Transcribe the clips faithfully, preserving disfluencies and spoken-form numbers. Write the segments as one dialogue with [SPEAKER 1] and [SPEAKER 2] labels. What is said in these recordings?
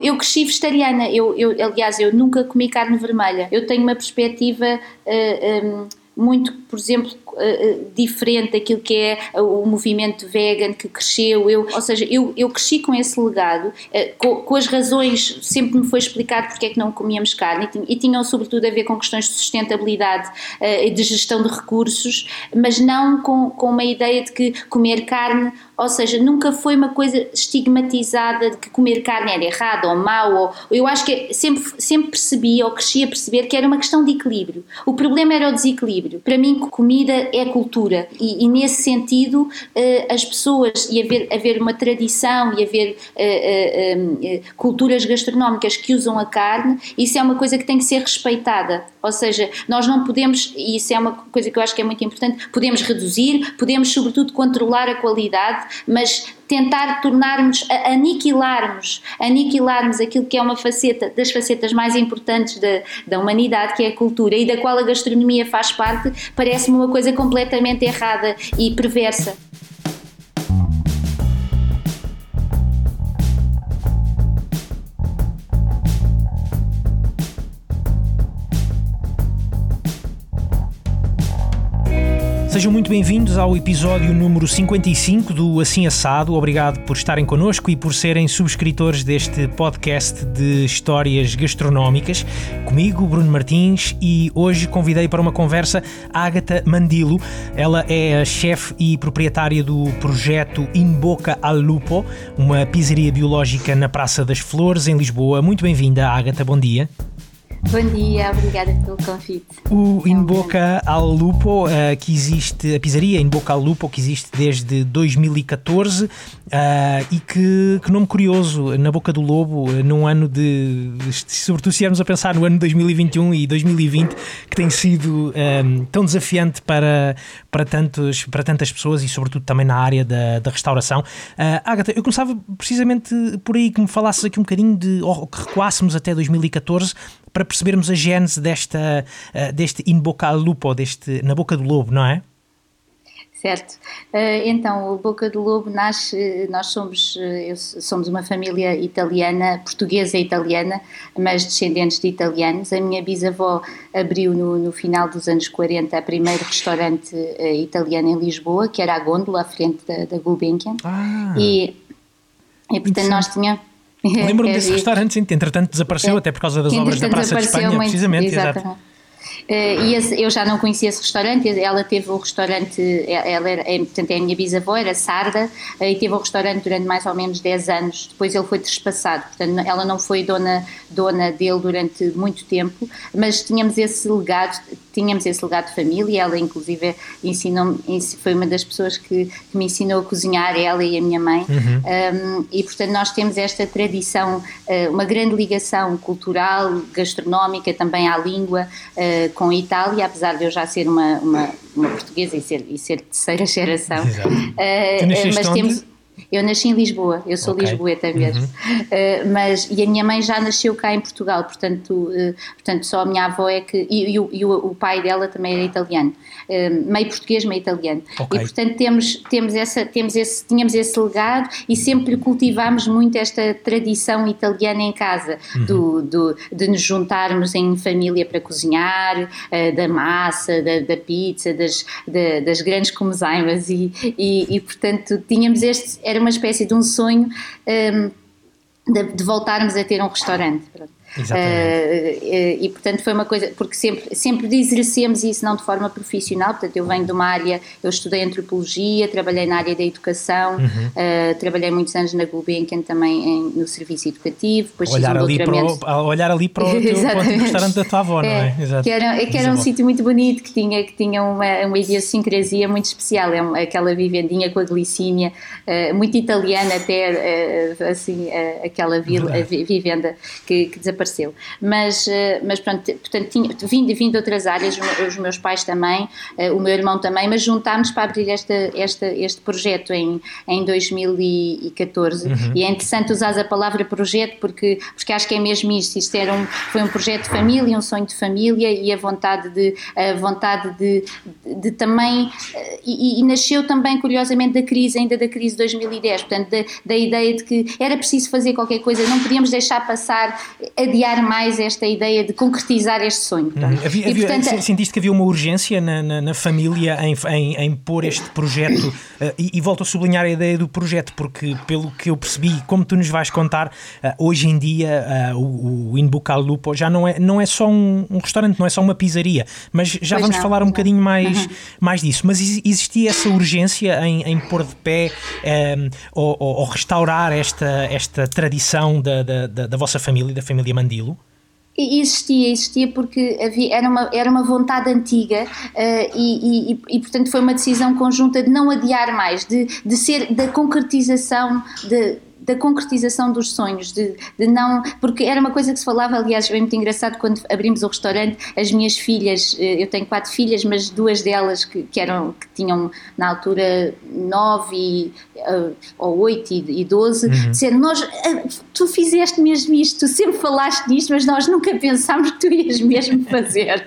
[SPEAKER 1] Eu cresci vegetariana, eu, eu, aliás, eu nunca comi carne vermelha. Eu tenho uma perspectiva uh, um, muito, por exemplo, uh, diferente daquilo que é o movimento vegan que cresceu. Eu, ou seja, eu, eu cresci com esse legado, uh, com, com as razões, sempre me foi explicado porque é que não comíamos carne e, e tinham sobretudo a ver com questões de sustentabilidade e uh, de gestão de recursos, mas não com, com uma ideia de que comer carne, ou seja, nunca foi uma coisa estigmatizada de que comer carne era errado ou mau, ou, eu acho que sempre, sempre percebi ou cresci a perceber que era uma questão de equilíbrio. O problema era o desequilíbrio. Para mim, comida é cultura e, e nesse sentido uh, as pessoas, e haver, haver uma tradição e haver uh, uh, uh, culturas gastronómicas que usam a carne, isso é uma coisa que tem que ser respeitada. Ou seja, nós não podemos, e isso é uma coisa que eu acho que é muito importante, podemos reduzir, podemos sobretudo controlar a qualidade, mas tentar tornarmos, aniquilarmos, aniquilarmos aquilo que é uma faceta, das facetas mais importantes da, da humanidade, que é a cultura, e da qual a gastronomia faz parte, parece-me uma coisa completamente errada e perversa.
[SPEAKER 2] Sejam muito bem-vindos ao episódio número cinquenta e cinco do Assim Assado. Obrigado por estarem connosco e por serem subscritores deste podcast de histórias gastronómicas. Comigo, Bruno Martins, e hoje convidei para uma conversa a Ágata Mandilo. Ela é a chefe e proprietária do projeto In Boca al Lupo, uma pizzaria biológica na Praça das Flores, em Lisboa. Muito bem-vinda, Ágata, bom dia.
[SPEAKER 1] Bom dia, obrigada pelo convite.
[SPEAKER 2] O In Boca al Lupo, uh, que existe, a pizzaria In Boca al Lupo, que existe desde dois mil e catorze, uh, e que, que nome curioso, na boca do lobo, num ano de, sobretudo se estivermos a pensar no ano de dois mil e vinte e um e dois mil e vinte, que tem sido um, tão desafiante para, para, tantos, para tantas pessoas e sobretudo também na área da, da restauração. Uh, Ágata, eu começava precisamente por aí, que me falasses aqui um bocadinho de, ou que recuássemos até dois mil e catorze, para percebermos a gênese desta, uh, deste In Boca al Lupo, deste Na Boca do Lobo, não é?
[SPEAKER 1] Certo. Uh, então, o Boca do Lobo nasce, nós somos, uh, somos uma família italiana, portuguesa e italiana, mas descendentes de italianos. A minha bisavó abriu no, no final dos anos quarenta o primeiro restaurante uh, italiano em Lisboa, que era a Gôndola, à frente da, da Gulbenkian.
[SPEAKER 2] Ah,
[SPEAKER 1] e, e portanto nós tínhamos...
[SPEAKER 2] Lembro-me é, desse restaurante, sim, entretanto desapareceu, é, até por causa das obras da Praça de Espanha, muito, precisamente.
[SPEAKER 1] Exatamente. Exato. Uh, e esse, eu já não conhecia esse restaurante. Ela teve o restaurante, ela era, é, portanto é a minha bisavó, era sarda, uh, e teve o restaurante durante mais ou menos dez anos, depois ele foi trespassado, portanto ela não foi dona, dona dele durante muito tempo, mas tínhamos esse legado, tínhamos esse legado de família. Ela inclusive ensinou, foi uma das pessoas que, que me ensinou a cozinhar, ela e a minha mãe. Uhum. um, e portanto nós temos esta tradição, uh, uma grande ligação cultural, gastronómica, também à língua, uh, com a Itália, apesar de eu já ser uma, uma, uma portuguesa e ser, e ser terceira geração.
[SPEAKER 2] Exato. Uh,
[SPEAKER 1] mas temos... Eu nasci em Lisboa, eu sou okay. lisboeta mesmo, uhum. uh, mas, e a minha mãe já nasceu cá em Portugal, portanto, uh, portanto só a minha avó é que, e, e, o, e o, o pai dela também era italiano, uh, meio português, meio italiano, okay. E portanto temos, temos essa, temos esse, tínhamos esse legado e sempre cultivámos muito esta tradição italiana em casa, uhum. do, do, de nos juntarmos em família para cozinhar, uh, da massa, da, da pizza, das, da, das grandes comezaimas e, e, e portanto tínhamos este... Era uma espécie de um sonho um, de, de voltarmos a ter um restaurante.
[SPEAKER 2] Exatamente.
[SPEAKER 1] Uh, e portanto foi uma coisa, porque sempre, sempre exercemos isso não de forma profissional, portanto eu venho de uma área, eu estudei antropologia, trabalhei na área da educação, uhum. uh, trabalhei muitos anos na Gulbenkian também em, no serviço educativo, depois
[SPEAKER 2] olhar
[SPEAKER 1] fiz um
[SPEAKER 2] ali
[SPEAKER 1] doutoramento.
[SPEAKER 2] Para o, olhar ali para o, teu, para o restaurante da tua avó, não é?
[SPEAKER 1] é? Exato. Que era, que era um sítio muito bonito, que tinha, que tinha uma, uma idiosincrasia muito especial, é uma, aquela vivendinha com a glicímia, uh, muito italiana até, uh, assim, uh, aquela vila, a vivenda que, que desapareceu desapareceu. Mas, mas pronto, portanto, tinha, vim, vim de outras áreas, os meus pais também, o meu irmão também, mas juntámos para abrir esta, esta, este projeto em, em dois mil e catorze. Uhum. E é interessante usar a palavra projeto porque, porque acho que é mesmo isto. Isto era um, foi um projeto de família, um sonho de família e a vontade de, a vontade de, de, de também, e, e nasceu também curiosamente da crise, ainda da crise de dois mil e dez, portanto da, da ideia de que era preciso fazer qualquer coisa, não podíamos deixar passar, adiar mais esta ideia de concretizar este sonho.
[SPEAKER 2] Uhum. Havia, e, portanto, havia, sentiste que havia uma urgência na, na, na família em, em, em pôr este projeto uh, e, e volto a sublinhar a ideia do projeto, porque pelo que eu percebi, como tu nos vais contar, uh, hoje em dia uh, o, o In Boca al Lupo já não é, não é só um, um restaurante, não é só uma pizzaria, mas já pois vamos não, falar um não. bocadinho mais, uhum. mais disso. Mas existia essa urgência em, em pôr de pé um, ou, ou, ou restaurar esta, esta tradição da, da, da, da vossa família, da família Mandilo?
[SPEAKER 1] Existia, existia porque havia, era, uma, era uma vontade antiga uh, e, e, e, portanto, foi uma decisão conjunta de não adiar mais, de, de ser da concretização de da concretização dos sonhos, de, de não, porque era uma coisa que se falava, aliás, foi muito engraçado quando abrimos o restaurante, as minhas filhas, eu tenho quatro filhas, mas duas delas que, que, eram, que tinham na altura nove e, uh, ou oito e, e doze, uhum. disseram, nós, uh, tu fizeste mesmo isto, tu sempre falaste nisto, mas nós nunca pensámos que tu ias mesmo fazer.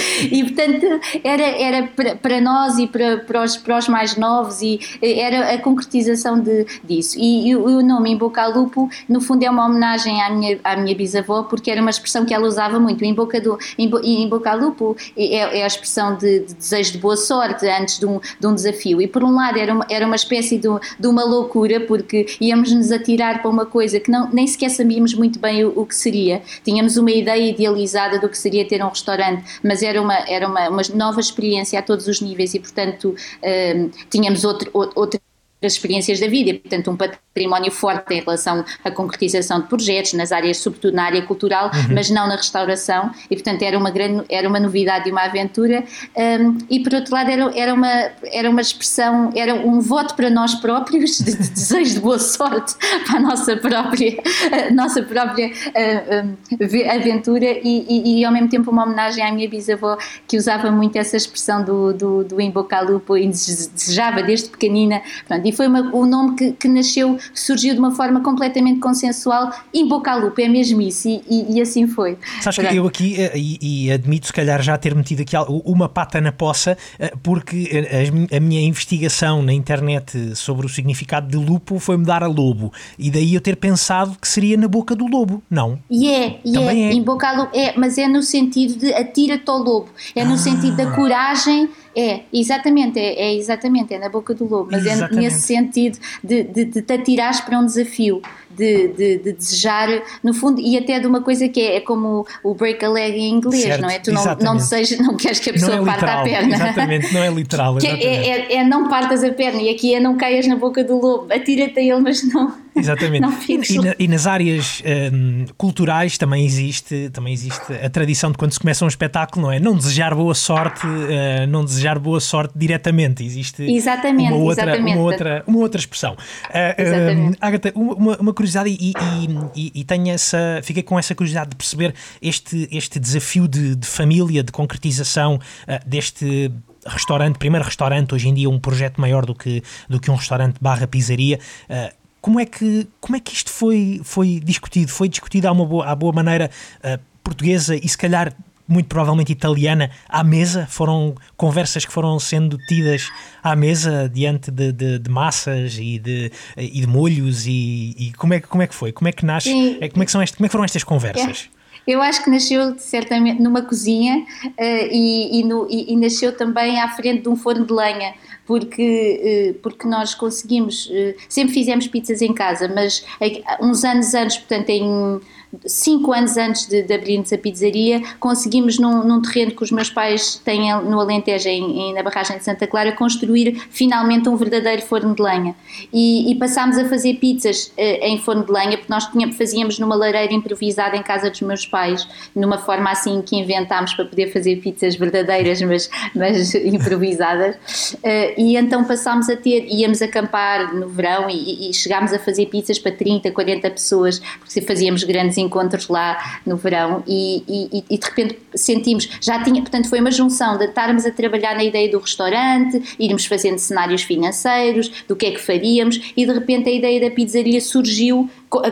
[SPEAKER 1] E portanto era, era para, para nós e para, para, os, para os mais novos e era a concretização de, disso e, e o nome In Boca al Lupo no fundo é uma homenagem à minha, à minha bisavó porque era uma expressão que ela usava muito. In Boca, do, in, in Boca al Lupo é, é a expressão de, de desejo de boa sorte antes de um, de um desafio e por um lado era uma, era uma espécie de, de uma loucura porque íamos nos atirar para uma coisa que não, nem sequer sabíamos muito bem o, o que seria, tínhamos uma ideia idealizada do que seria ter um restaurante, mas era uma, era uma, uma nova experiência a todos os níveis e, portanto, um, tínhamos outro, outras experiências da vida, e, portanto, um património forte em relação à concretização de projetos nas áreas, sobretudo na área cultural, uhum. mas não na restauração, e, portanto, era uma grande, era uma novidade e uma aventura, um, e, por outro lado, era, era, uma, era uma expressão, era um voto para nós próprios, de, de desejo de boa sorte para a nossa própria, a nossa própria uh, um, aventura, e, e, e, ao mesmo tempo, uma homenagem à minha bisavó, que usava muito essa expressão do, do, do In Boca al Lupo, e desejava desde pequenina, pronto, e foi uma, o nome que, que nasceu, surgiu de uma forma completamente consensual, In Boca al Lupo, é mesmo isso, e, e, e assim foi.
[SPEAKER 2] Sabes que eu aqui, e, e admito se calhar já ter metido aqui uma pata na poça, porque a, a minha investigação na internet sobre o significado de lupo foi mudar a lobo, e daí eu ter pensado que seria na boca do lobo, não?
[SPEAKER 1] E é, e
[SPEAKER 2] Também
[SPEAKER 1] é,
[SPEAKER 2] é.
[SPEAKER 1] In Boca al Lupo, é, mas é no sentido de atira-te ao lobo, é no ah. sentido da coragem. É, exatamente, é, é exatamente, é na boca do lobo, mas exatamente. É nesse sentido de, de, de te atirares para um desafio, de, de, de desejar, no fundo, e até de uma coisa que é, é como o break a leg em inglês, certo, não é? Tu não, não, seja, não queres que a pessoa é parta literal, a perna.
[SPEAKER 2] Exatamente, não é literal.
[SPEAKER 1] É, é, é não partas a perna, e aqui é não caias na boca do lobo, atira-te a ele, mas não...
[SPEAKER 2] Exatamente. Não e, e, na, e nas áreas um, culturais também existe, também existe a tradição de quando se começa um espetáculo, não é? Não desejar boa sorte, uh, não desejar boa sorte diretamente. Existe
[SPEAKER 1] exatamente,
[SPEAKER 2] uma, outra,
[SPEAKER 1] exatamente.
[SPEAKER 2] uma, outra, uma outra expressão. Uh, um, Ágata, uma, uma curiosidade e, e, e, e tenho essa, fiquei com essa curiosidade de perceber este, este desafio de, de família, de concretização uh, deste restaurante, primeiro restaurante, hoje em dia um projeto maior do que, do que um restaurante barra pizzaria. Uh, Como é que, como é que isto foi, foi discutido? Foi discutido à, uma boa, à boa maneira uh, portuguesa e se calhar muito provavelmente italiana à mesa? Foram conversas que foram sendo tidas à mesa diante de, de, de massas e de, e de molhos e, e como, é, como é que foi? Como é que nasce? E, como, é que são este, como é que foram estas conversas?
[SPEAKER 1] É. Eu acho que nasceu certamente numa cozinha uh, e, e, no, e, e nasceu também à frente de um forno de lenha, porque, uh, porque nós conseguimos, uh, sempre fizemos pizzas em casa, mas uh, uns anos antes, portanto em cinco anos antes de, de abrirmos a pizzaria, conseguimos num, num terreno que os meus pais têm no Alentejo, em, em, na barragem de Santa Clara, construir finalmente um verdadeiro forno de lenha e, e passámos a fazer pizzas uh, em forno de lenha, porque nós tínhamos, fazíamos numa lareira improvisada em casa dos meus pais, numa forma assim que inventámos para poder fazer pizzas verdadeiras, mas, mas improvisadas, uh, e então passámos a ter, íamos acampar no verão e, e chegámos a fazer pizzas para trinta, quarenta pessoas, porque fazíamos grandes encontros lá no verão e, e, e de repente sentimos, já tinha, portanto foi uma junção de estarmos a trabalhar na ideia do restaurante, irmos fazendo cenários financeiros, do que é que faríamos e de repente a ideia da pizzaria surgiu,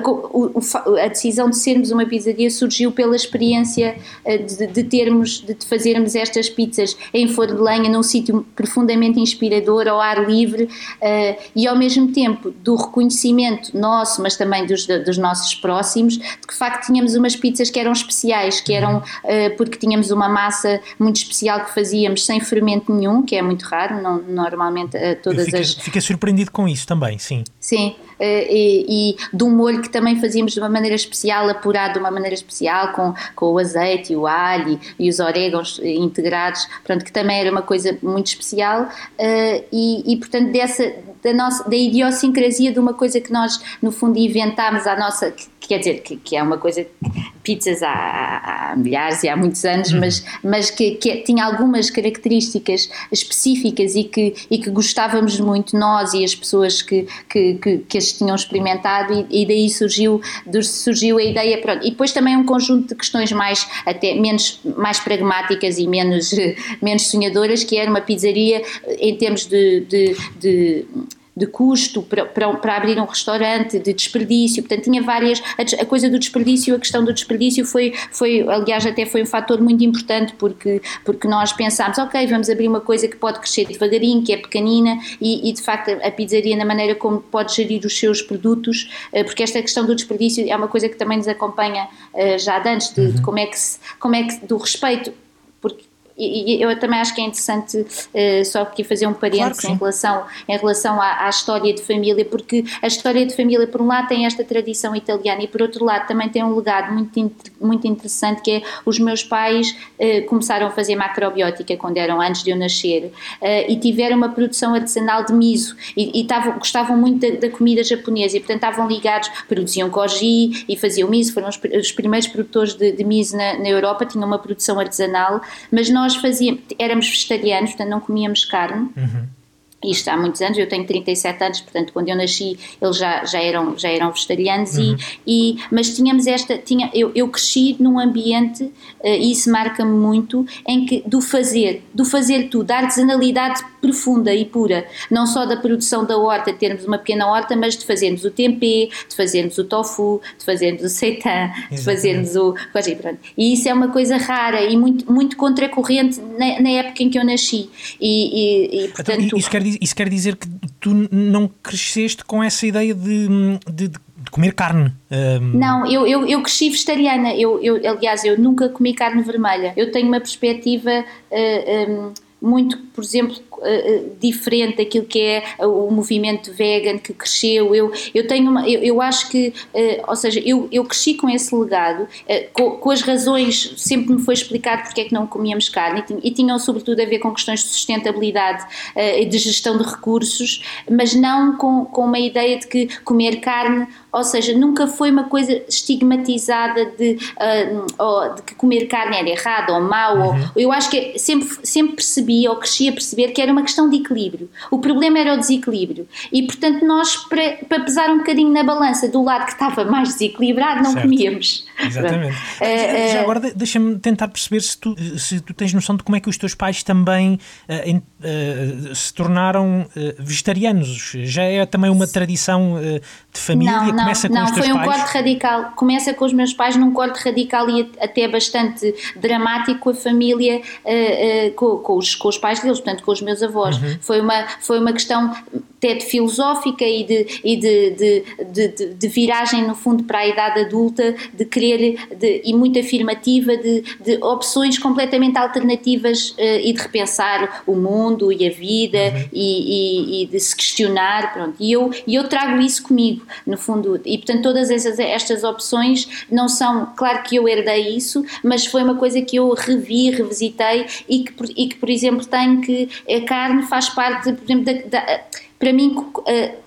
[SPEAKER 1] a, a decisão de sermos uma pizzaria surgiu pela experiência de, de termos, de fazermos estas pizzas em forno de lenha num sítio profundamente inspirador, ao ar livre uh, e ao mesmo tempo do reconhecimento nosso, mas também dos, dos nossos próximos, de que de facto tínhamos umas pizzas que eram especiais, que eram, uh, porque tínhamos uma massa muito especial que fazíamos sem fermento nenhum, que é muito raro, não, normalmente uh, todas
[SPEAKER 2] fiquei,
[SPEAKER 1] as...
[SPEAKER 2] Fiquei surpreendido com isso também, sim.
[SPEAKER 1] Sim, uh, e, e de um molho que também fazíamos de uma maneira especial, apurado de uma maneira especial, com, com o azeite e o alho e, e os orégãos integrados, portanto, que também era uma coisa muito especial uh, e, e, portanto, dessa, da, nossa, da idiosincrasia de uma coisa que nós, no fundo, inventámos à nossa, que, quer dizer, que, que é uma coisa, pizzas há, há milhares e há muitos anos, uhum. mas, mas que, que tinha algumas características específicas e que, e que gostávamos muito, nós e as pessoas que, que, que, que as tinham experimentado e, e daí surgiu, surgiu a ideia, pronto. E depois também um conjunto de questões mais, até menos, mais pragmáticas e menos, menos sonhadoras, que era uma pizzaria em termos de, de, de de custo para, para, para abrir um restaurante, de desperdício, portanto tinha várias, a, a coisa do desperdício, a questão do desperdício foi, foi, aliás até foi um fator muito importante porque, porque nós pensámos, ok, vamos abrir uma coisa que pode crescer devagarinho, que é pequenina e, e de facto a pizzaria na maneira como pode gerir os seus produtos, porque esta questão do desperdício é uma coisa que também nos acompanha já de antes, de, uhum. de como é que se, como é que, do respeito, porque e eu também acho que é interessante uh, só aqui fazer um parênteses claro em relação, em relação à, à história de família, porque a história de família por um lado tem esta tradição italiana e por outro lado também tem um legado muito, muito interessante que é os meus pais uh, começaram a fazer macrobiótica quando eram antes de eu nascer uh, e tiveram uma produção artesanal de miso e, e tavam, gostavam muito da, da comida japonesa e portanto estavam ligados, produziam koji e faziam miso, foram os, os primeiros produtores de, de miso na, na Europa, tinham uma produção artesanal, mas nós Nós fazíamos, éramos vegetarianos, portanto não comíamos carne, uhum. Isto há muitos anos, eu tenho trinta e sete anos, portanto quando eu nasci eles já, já, eram, já eram vegetarianos, uhum. e, e, mas tínhamos esta, tinha, eu, eu cresci num ambiente, uh, e isso marca-me muito, em que do fazer, do fazer tudo, da artesanalidade profunda e pura, não só da produção da horta, de termos uma pequena horta, mas de fazermos o tempê, de fazermos o tofu, de fazermos o seitan, de fazermos o... Pronto. E isso é uma coisa rara e muito, muito contracorrente na, na época em que eu nasci. E, e, e portanto...
[SPEAKER 2] Então, isso, quer, isso quer dizer que tu não cresceste com essa ideia de... de, de de comer carne. Um...
[SPEAKER 1] Não, eu, eu, eu cresci vegetariana, eu, eu, aliás, eu nunca comi carne vermelha. Eu tenho uma perspectiva uh, um, muito, por exemplo, uh, diferente daquilo que é o movimento vegan que cresceu. Eu, eu tenho uma, eu, eu acho que, uh, ou seja, eu, eu cresci com esse legado, uh, com, com as razões, sempre me foi explicado porque é que não comíamos carne e, e tinham sobretudo a ver com questões de sustentabilidade e uh, de gestão de recursos, mas não com, com uma ideia de que comer carne, ou seja, nunca foi uma coisa estigmatizada de, uh, ou de que comer carne era errado ou mau. Uhum. Ou, eu acho que sempre, sempre percebi ou cresci a perceber que era uma questão de equilíbrio. O problema era o desequilíbrio. E, portanto, nós, para, para pesar um bocadinho na balança do lado que estava mais desequilibrado, não
[SPEAKER 2] certo.
[SPEAKER 1] Comíamos.
[SPEAKER 2] Exatamente. uh, Já agora deixa-me tentar perceber se tu, se tu tens noção de como é que os teus pais também uh, em, uh, se tornaram uh, vegetarianos. Já é também uma tradição uh, de família?
[SPEAKER 1] Não, não.
[SPEAKER 2] Começa com
[SPEAKER 1] não,
[SPEAKER 2] os teus
[SPEAKER 1] foi um
[SPEAKER 2] pais?
[SPEAKER 1] corte radical. Começa com os meus pais num corte radical e até bastante dramático com a família, uh, uh, com, com, os, com os pais deles, portanto com os meus avós. Uhum. Foi, uma, foi uma questão até de filosófica e, de, e de, de, de, de, de viragem no fundo para a idade adulta, de querer, de, e muito afirmativa, de, de opções completamente alternativas uh, e de repensar o mundo e a vida, uhum. e, e, e de se questionar, pronto. E eu, e eu trago isso comigo, no fundo. E, portanto, todas essas, estas opções não são... Claro que eu herdei isso, mas foi uma coisa que eu revi, revisitei e que, e que por exemplo, tenho que... A carne faz parte, por exemplo, da... da para mim...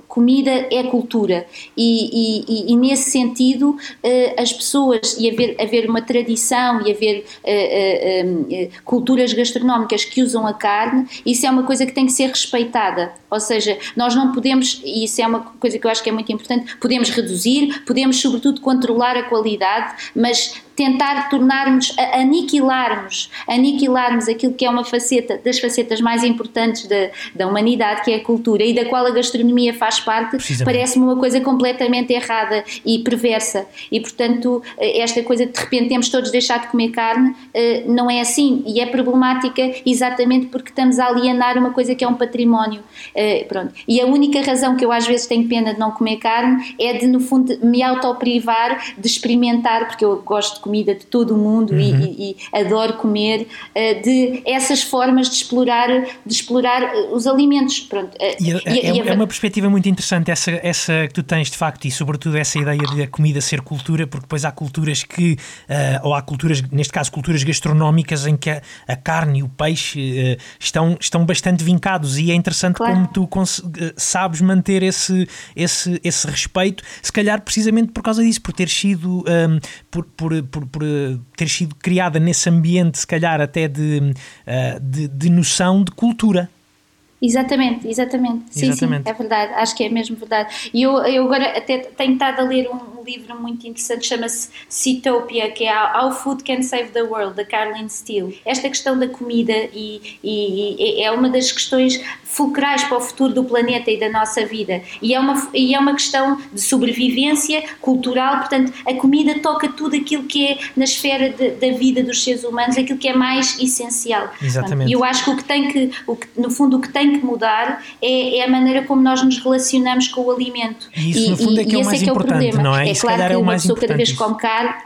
[SPEAKER 1] comida é cultura e, e, e nesse sentido as pessoas, e haver, haver uma tradição e haver uh, uh, uh, culturas gastronómicas que usam a carne, isso é uma coisa que tem que ser respeitada, ou seja, nós não podemos, e isso é uma coisa que eu acho que é muito importante, podemos reduzir, podemos sobretudo controlar a qualidade, mas tentar tornarmos, aniquilarmos, aniquilarmos aquilo que é uma faceta, das facetas mais importantes da, da humanidade, que é a cultura, e da qual a gastronomia faz parte, parece-me uma coisa completamente errada e perversa, e portanto esta coisa de de repente temos todos deixado de comer carne, não é assim, e é problemática exatamente porque estamos a alienar uma coisa que é um património, pronto. E a única razão que eu às vezes tenho pena de não comer carne é de no fundo me autoprivar de experimentar, porque eu gosto de comida de todo o mundo, uhum. e, e, e adoro comer, de essas formas de explorar, de explorar os alimentos, pronto.
[SPEAKER 2] E, e, é, e a, é uma perspectiva muito interessante essa, essa que tu tens de facto, e sobretudo essa ideia de a comida ser cultura, porque depois há culturas que, uh, ou há culturas, neste caso culturas gastronómicas em que a, a carne e o peixe uh, estão, estão bastante vincados, e é interessante, claro, como tu cons- sabes manter esse, esse, esse respeito, se calhar precisamente por causa disso, por ter sido um, por, por, por, por ter sido criada nesse ambiente, se calhar até de, uh, de, de noção de cultura.
[SPEAKER 1] Exatamente, exatamente. Sim, exatamente. Sim, é verdade, acho que é mesmo verdade. E eu, eu agora até tenho estado a ler um, um livro muito interessante, chama-se Seatopia, que é How Food Can Save the World, da Caroline Steele. Esta questão da comida e, e, e é uma das questões fulcrais para o futuro do planeta e da nossa vida. E é uma, e é uma questão de sobrevivência cultural, portanto, a comida toca tudo aquilo que é na esfera de, da vida dos seres humanos, aquilo que é mais essencial.
[SPEAKER 2] Exatamente.
[SPEAKER 1] E eu acho que o que tem que, o que, no fundo, o que tem que mudar é, é a maneira como nós nos relacionamos com o alimento.
[SPEAKER 2] E isso, no fundo, é que é o mais importante, não é?
[SPEAKER 1] É claro que uma pessoa cada vez come carne.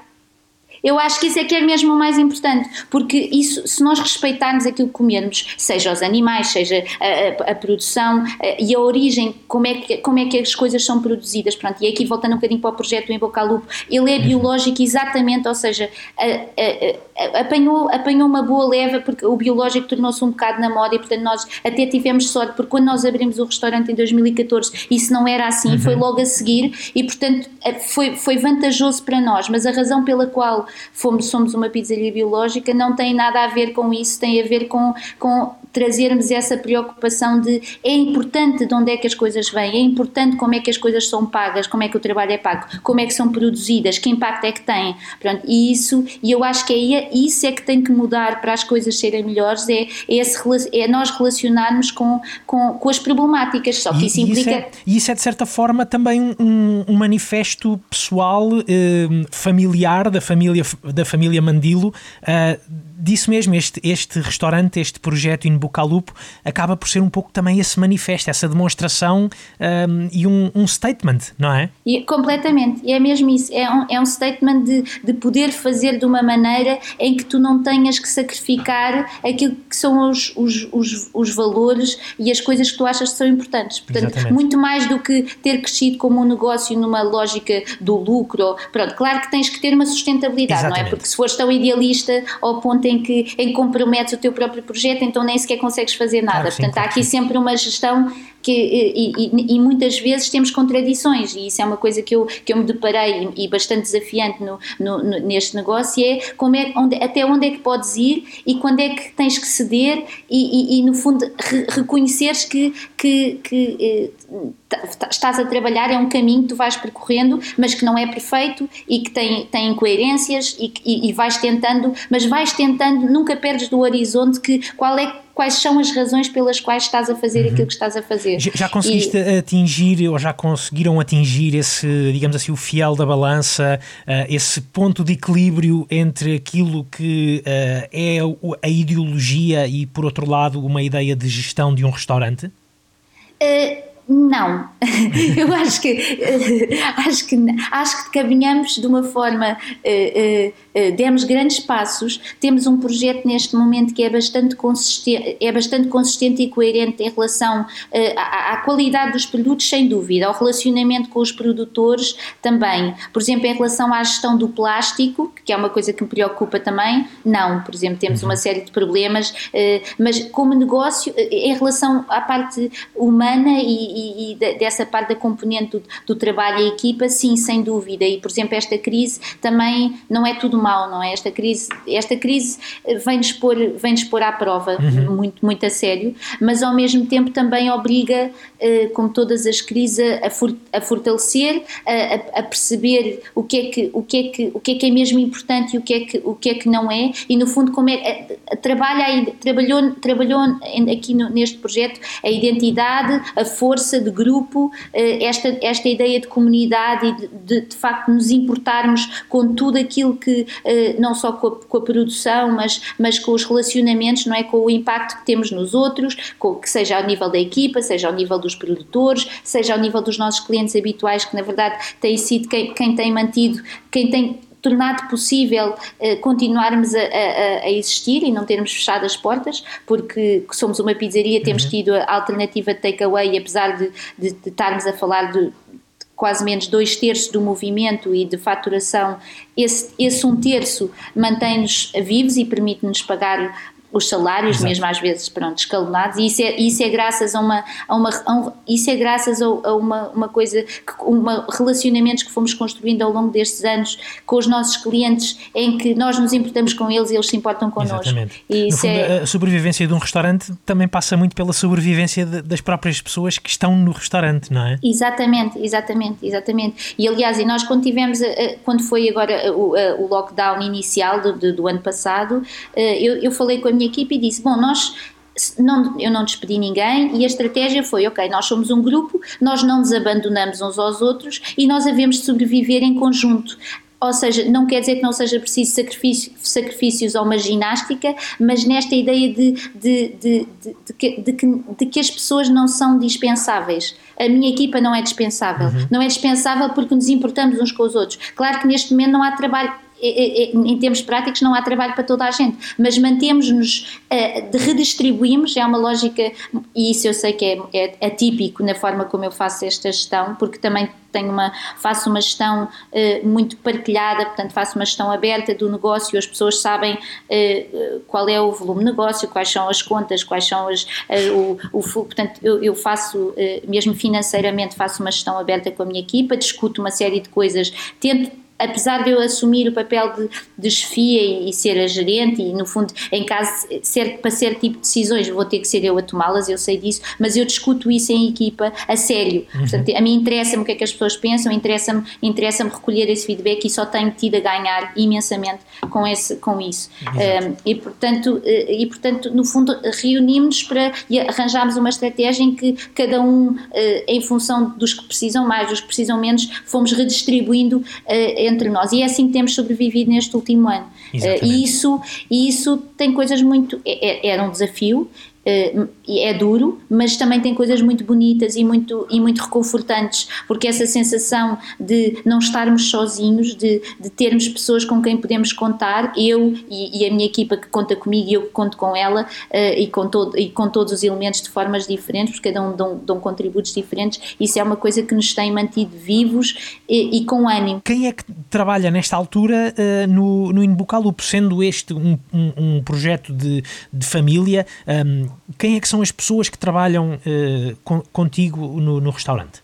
[SPEAKER 1] Eu acho que isso é que é mesmo o mais importante, porque isso, se nós respeitarmos aquilo que comermos, seja os animais, seja a, a, a produção a, e a origem, como é, que, como é que as coisas são produzidas, pronto, e aqui voltando um bocadinho para o projeto do Em Boca ao Lupo, ele é biológico exatamente, ou seja, a, a, a, apanhou, apanhou uma boa leva, porque o biológico tornou-se um bocado na moda e portanto nós até tivemos sorte, porque quando nós abrimos o restaurante em dois mil e catorze isso não era assim, uhum. foi logo a seguir e portanto foi, foi vantajoso para nós, mas a razão pela qual Fomos, somos uma pizzaria biológica, não tem nada a ver com isso, tem a ver com, com trazermos essa preocupação de é importante de onde é que as coisas vêm, é importante como é que as coisas são pagas, como é que o trabalho é pago, como é que são produzidas, que impacto é que têm, pronto, e isso, e eu acho que é isso é que tem que mudar para as coisas serem melhores, é, é, esse, é nós relacionarmos com, com, com as problemáticas, só que
[SPEAKER 2] e,
[SPEAKER 1] isso implica...
[SPEAKER 2] Isso é, e isso é de certa forma também um, um manifesto pessoal, eh, familiar, da família da família Mandilo, uh, disso mesmo, este, este restaurante, este projeto In Boca ao Lupo acaba por ser um pouco também esse manifesto, essa demonstração um, e um, um statement, não é?
[SPEAKER 1] E, completamente, e é mesmo isso, é um, é um statement de, de poder fazer de uma maneira em que tu não tenhas que sacrificar aquilo que são os, os, os, os valores e as coisas que tu achas que são importantes, portanto, Exatamente. Muito mais do que ter crescido como um negócio numa lógica do lucro, pronto, claro que tens que ter uma sustentabilidade, Exatamente. Não é? Porque se fores tão idealista ao ponto em que, em que comprometes o teu próprio projeto, então nem sequer consegues fazer nada, claro, portanto sim, há aqui sim. sempre uma gestão que, e, e, e muitas vezes temos contradições e isso é uma coisa que eu, que eu me deparei e, e bastante desafiante no, no, no, neste negócio, é, como é onde, até onde é que podes ir e quando é que tens que ceder e, e, e no fundo re, reconheceres que, que, que eh, estás a trabalhar, é um caminho que tu vais percorrendo, mas que não é perfeito e que tem, tem incoerências e, e, e vais tentando, mas vais tentando, nunca perdes do horizonte que qual é, quais são as razões pelas quais estás a fazer uhum. aquilo que estás a fazer.
[SPEAKER 2] Já, já conseguiste e, atingir, ou já conseguiram atingir esse, digamos assim, o fiel da balança, uh, esse ponto de equilíbrio entre aquilo que uh, é a ideologia e, por outro lado, uma ideia de gestão de um restaurante?
[SPEAKER 1] Uh, Não, eu acho que, acho que acho que caminhamos de uma forma, uh, uh, uh, demos grandes passos, temos um projeto neste momento que é bastante consistente, é bastante consistente e coerente em relação uh, à, à qualidade dos produtos, sem dúvida, ao relacionamento com os produtores também, por exemplo, em relação à gestão do plástico, que é uma coisa que me preocupa também, não, por exemplo, temos uma série de problemas, uh, mas como negócio, uh, em relação à parte humana e e, e dessa parte da componente do, do trabalho e equipa, sim, sem dúvida. E, por exemplo, esta crise também não é tudo mau, não é? Esta crise, esta crise vem-nos pôr, vem-nos pôr à prova, uhum. muito, muito a sério, mas ao mesmo tempo também obriga, como todas as crises, a, for, a fortalecer, a, a perceber o que, é que, o, que é que, o que é que é mesmo importante e o que é que, o que, é que não é, e no fundo como é, a, a, trabalha aí, trabalhou, trabalhou aqui no, neste projeto a identidade, a força de grupo, esta, esta ideia de comunidade e de, de, de facto nos importarmos com tudo aquilo que, não só com a, com a produção, mas, mas com os relacionamentos, não é? Com o impacto que temos nos outros, com, que seja ao nível da equipa, seja ao nível dos produtores, seja ao nível dos nossos clientes habituais, que na verdade têm sido quem, quem tem mantido, quem tem tornado possível uh, continuarmos a, a, a existir e não termos fechado as portas, porque somos uma pizzaria, temos uhum. tido a alternativa de takeaway, apesar de, de, de estarmos a falar de quase menos dois terços do movimento e de faturação, esse, esse um terço mantém-nos vivos e permite-nos pagar os salários, Exato. Mesmo às vezes, pronto, escalonados, e isso é, isso é graças a uma, a uma a um, isso é graças a, a uma, uma coisa, que, uma, relacionamentos que fomos construindo ao longo destes anos com os nossos clientes, em que nós nos importamos com eles e eles se importam connosco.
[SPEAKER 2] Exatamente. E isso no fundo, é... a sobrevivência de um restaurante também passa muito pela sobrevivência de, das próprias pessoas que estão no restaurante, não é?
[SPEAKER 1] Exatamente, exatamente, exatamente. E aliás, e nós quando tivemos, quando foi agora o, o lockdown inicial do, do, do ano passado, eu, eu falei com a minha equipe e disse, bom, nós, não, eu não despedi ninguém e a estratégia foi, ok, nós somos um grupo, nós não nos abandonamos uns aos outros e nós havemos de sobreviver em conjunto. Ou seja, não quer dizer que não seja preciso sacrifício, sacrifícios ou uma ginástica, mas nesta ideia de, de, de, de, de, que, de, que, de que as pessoas não são dispensáveis. A minha equipa não é dispensável. Uhum. Não é dispensável porque nos importamos uns com os outros. Claro que neste momento não há trabalho, em termos práticos não há trabalho para toda a gente, mas mantemos-nos, redistribuímos, é uma lógica, e isso eu sei que é, é atípico na forma como eu faço esta gestão, porque também tenho uma, faço uma gestão uh, muito partilhada, portanto faço uma gestão aberta do negócio, as pessoas sabem uh, qual é o volume de negócio, quais são as contas, quais são as, uh, o, o, portanto eu, eu faço, uh, mesmo financeiramente faço uma gestão aberta com a minha equipa, discuto uma série de coisas, tento, apesar de eu assumir o papel de, de chefia e, e ser a gerente e no fundo em caso ser, para certo tipo de decisões vou ter que ser eu a tomá-las, eu sei disso, mas eu discuto isso em equipa a sério, uhum. Portanto a mim interessa-me o que é que as pessoas pensam, interessa-me, interessa-me recolher esse feedback e só tenho tido a ganhar imensamente com, esse, com isso um, e, portanto, e portanto no fundo reunimos-nos para e arranjarmos uma estratégia em que cada um em função dos que precisam mais, dos que precisam menos, fomos redistribuindo entre nós, e é assim que temos sobrevivido neste último ano. Uh, e, isso, e isso tem coisas muito, é, é, era um desafio, Uh, é duro, mas também tem coisas muito bonitas e muito, e muito reconfortantes, porque essa sensação de não estarmos sozinhos, de, de termos pessoas com quem podemos contar, eu e, e a minha equipa que conta comigo e eu que conto com ela, uh, e, com todo, e com todos os elementos de formas diferentes, porque cada um dão, dão contributos diferentes, isso é uma coisa que nos tem mantido vivos e, e com ânimo.
[SPEAKER 2] Quem é que trabalha nesta altura uh, no, no Inbocalupo, sendo este um, um, um projeto de, de família? Um, Quem é que são as pessoas que trabalham uh, com, contigo no, no restaurante?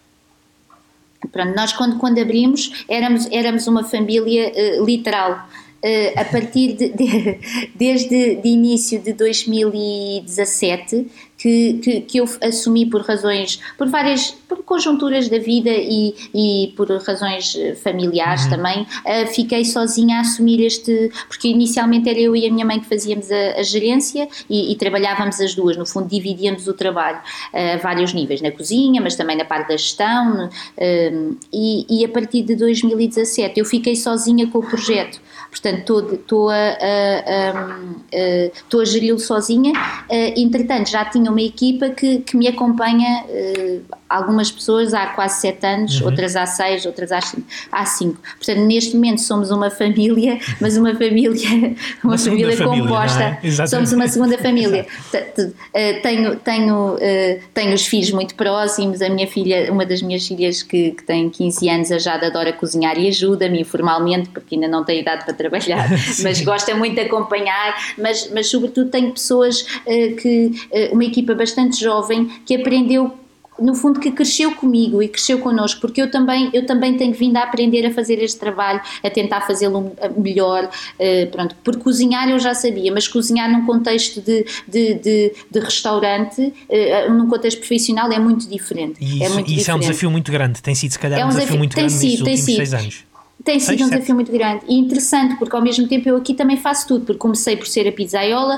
[SPEAKER 1] Pronto, nós quando, quando abrimos éramos, éramos uma família uh, literal. Uh, a partir de, de desde de início de dois mil e dezassete que, que, que eu assumi por razões, por várias, por conjunturas da vida e, e por razões familiares uhum. também, uh, fiquei sozinha a assumir este, porque inicialmente era eu e a minha mãe que fazíamos a, a gerência e, e trabalhávamos as duas, no fundo dividíamos o trabalho a vários níveis, na cozinha, mas também na parte da gestão, uh, e, e a partir de dois mil e dezassete eu fiquei sozinha com o projeto. Portanto, estou a, a, a, a, a geri-lo sozinha. Entretanto, já tinha uma equipa que, que me acompanha, algumas pessoas há quase sete anos, uhum. outras há seis, outras há cinco, há cinco. Portanto, neste momento somos uma família, mas uma família, uma, uma família composta. É? Somos uma segunda família. tenho, tenho, tenho os filhos muito próximos, a minha filha, uma das minhas filhas que, que tem quinze anos, a Jade adora cozinhar e ajuda-me informalmente, porque ainda não tem idade para trabalhar, mas gosta muito de acompanhar, mas, mas sobretudo tenho pessoas uh, que, uh, uma equipa bastante jovem que aprendeu no fundo que cresceu comigo e cresceu connosco, porque eu também, eu também tenho vindo a aprender a fazer este trabalho, a tentar fazê-lo melhor, uh, pronto, por cozinhar eu já sabia, mas cozinhar num contexto de, de, de, de restaurante, uh, num contexto profissional é muito diferente.
[SPEAKER 2] E isso
[SPEAKER 1] é, muito
[SPEAKER 2] isso
[SPEAKER 1] diferente.
[SPEAKER 2] é um desafio muito grande, tem sido se calhar é um, um desafio, desafio muito grande sido, nestes últimos sido. seis anos.
[SPEAKER 1] Tem sido um desafio muito grande e interessante, porque ao mesmo tempo eu aqui também faço tudo, porque comecei por ser a pizzaiola,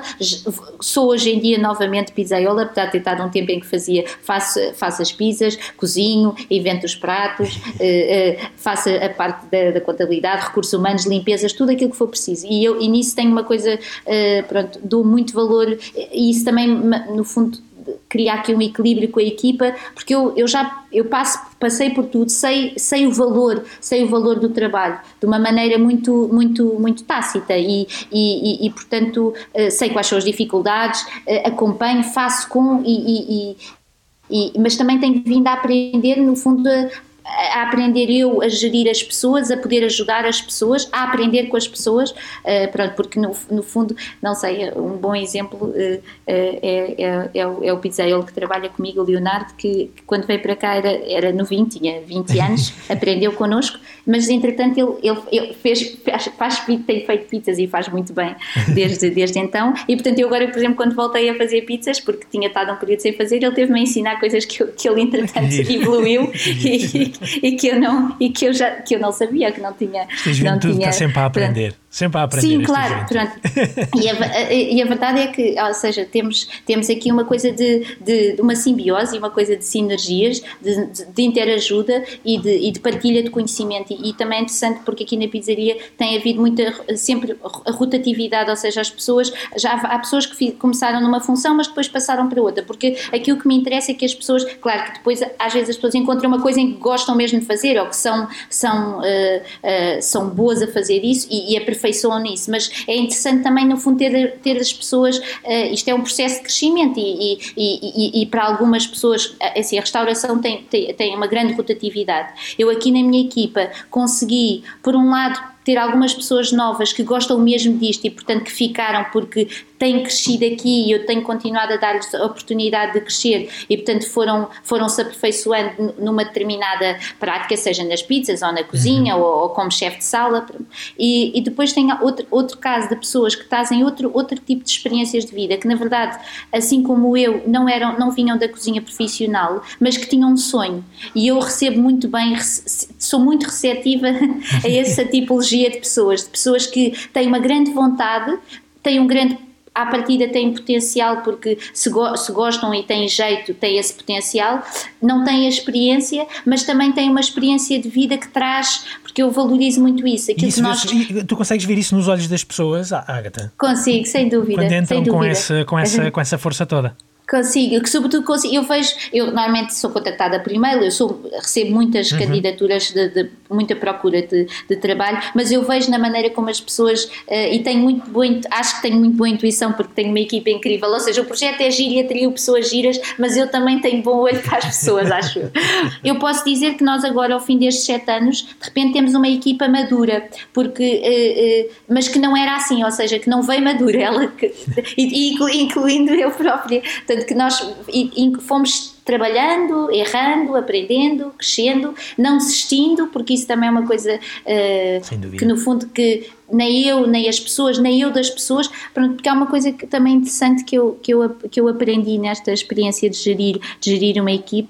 [SPEAKER 1] sou hoje em dia novamente pizzaiola, apesar de ter estado um tempo em que fazia, faço, faço as pizzas, cozinho, invento os pratos, eh, eh, faço a parte da, da contabilidade, recursos humanos, limpezas, tudo aquilo que for preciso. E eu e nisso tenho uma coisa, eh, pronto, dou muito valor e isso também, no fundo, criar aqui um equilíbrio com a equipa, porque eu, eu já eu passo, passei por tudo, sei, sei o valor, sei o valor do trabalho, de uma maneira muito, muito, muito tácita e, e, e, e portanto sei quais são as dificuldades, acompanho, faço com e, e, e, mas também tenho vindo a aprender, no fundo, a, a aprender eu a gerir as pessoas, a poder ajudar as pessoas, a aprender com as pessoas, uh, pronto, porque no, no fundo, não sei, um bom exemplo uh, uh, é, é, é, o, é o pizzaiolo que trabalha comigo, o Leonardo, que, que quando veio para cá era, era novinho, tinha vinte anos, aprendeu connosco, mas entretanto ele, ele, ele fez, faz, faz, tem feito pizzas e faz muito bem desde, desde então, e portanto eu agora, por exemplo, quando voltei a fazer pizzas, porque tinha estado um período sem fazer, ele teve-me a ensinar coisas que, eu, que ele entretanto evoluiu e, e que eu não e que eu já que eu não sabia, que não tinha.
[SPEAKER 2] Esta juventude está sempre a aprender, pronto. sempre a aprender.
[SPEAKER 1] Sim, claro, pronto. E a, e a verdade é que, ou seja, temos temos aqui uma coisa de, de, de uma simbiose, uma coisa de sinergias, de, de, de interajuda e de, e de partilha de conhecimento e, e também é interessante porque aqui na pizzaria tem havido muita sempre a rotatividade, ou seja, as pessoas já há pessoas que fi, começaram numa função, mas depois passaram para outra, porque aquilo que me interessa é que as pessoas, claro que depois às vezes as pessoas encontram uma coisa em que gostam mesmo de fazer, ou que são, são, uh, uh, são boas a fazer isso e, e aperfeiçoam nisso, mas é interessante também no fundo ter, ter as pessoas, uh, isto é um processo de crescimento e, e, e, e, e para algumas pessoas, assim, a restauração tem, tem, tem uma grande rotatividade. Eu aqui na minha equipa consegui, por um lado, ter algumas pessoas novas que gostam mesmo disto e portanto que ficaram porque têm crescido aqui e eu tenho continuado a dar-lhes a oportunidade de crescer e portanto foram, foram-se aperfeiçoando numa determinada prática, seja nas pizzas ou na cozinha uhum. ou, ou como chefe de sala e, e depois tem outro, outro caso de pessoas que trazem outro, outro tipo de experiências de vida que na verdade, assim como eu, não, eram, não vinham da cozinha profissional, mas que tinham um sonho e eu recebo muito bem, sou muito receptiva a essa tipologia de pessoas, de pessoas que têm uma grande vontade, têm um grande, à partida têm potencial porque se, go, se gostam e têm jeito, têm esse potencial, não têm a experiência, mas também têm uma experiência de vida que traz, porque eu valorizo muito isso. Aquilo
[SPEAKER 2] isso
[SPEAKER 1] que nós...
[SPEAKER 2] Tu consegues ver isso nos olhos das pessoas, Ágata?
[SPEAKER 1] Consigo, sem dúvida.
[SPEAKER 2] Quando entram
[SPEAKER 1] sem dúvida.
[SPEAKER 2] Com, essa, com, essa, com essa força toda.
[SPEAKER 1] Consigo, que sobretudo consigo, eu vejo, eu normalmente sou contactada por e-mail, eu sou, recebo muitas uhum. candidaturas, de, de muita procura de, de trabalho, mas eu vejo na maneira como as pessoas, uh, e tenho muito boa, acho que tenho muito boa intuição porque tenho uma equipa incrível, ou seja, o projeto é giro e atraiu pessoas giras, mas eu também tenho bom olho para as pessoas, acho eu. Eu posso dizer que nós agora, ao fim destes sete anos, de repente temos uma equipa madura, porque, uh, uh, mas que não era assim, ou seja, que não veio madura, ela, que, e, incluindo eu própria, que nós fomos trabalhando, errando, aprendendo, crescendo, não desistindo, porque isso também é uma coisa uh, que no fundo que nem eu, nem as pessoas, nem eu das pessoas, porque há uma coisa que, também interessante que eu, que, eu, que eu aprendi nesta experiência de gerir, de gerir uma equipa,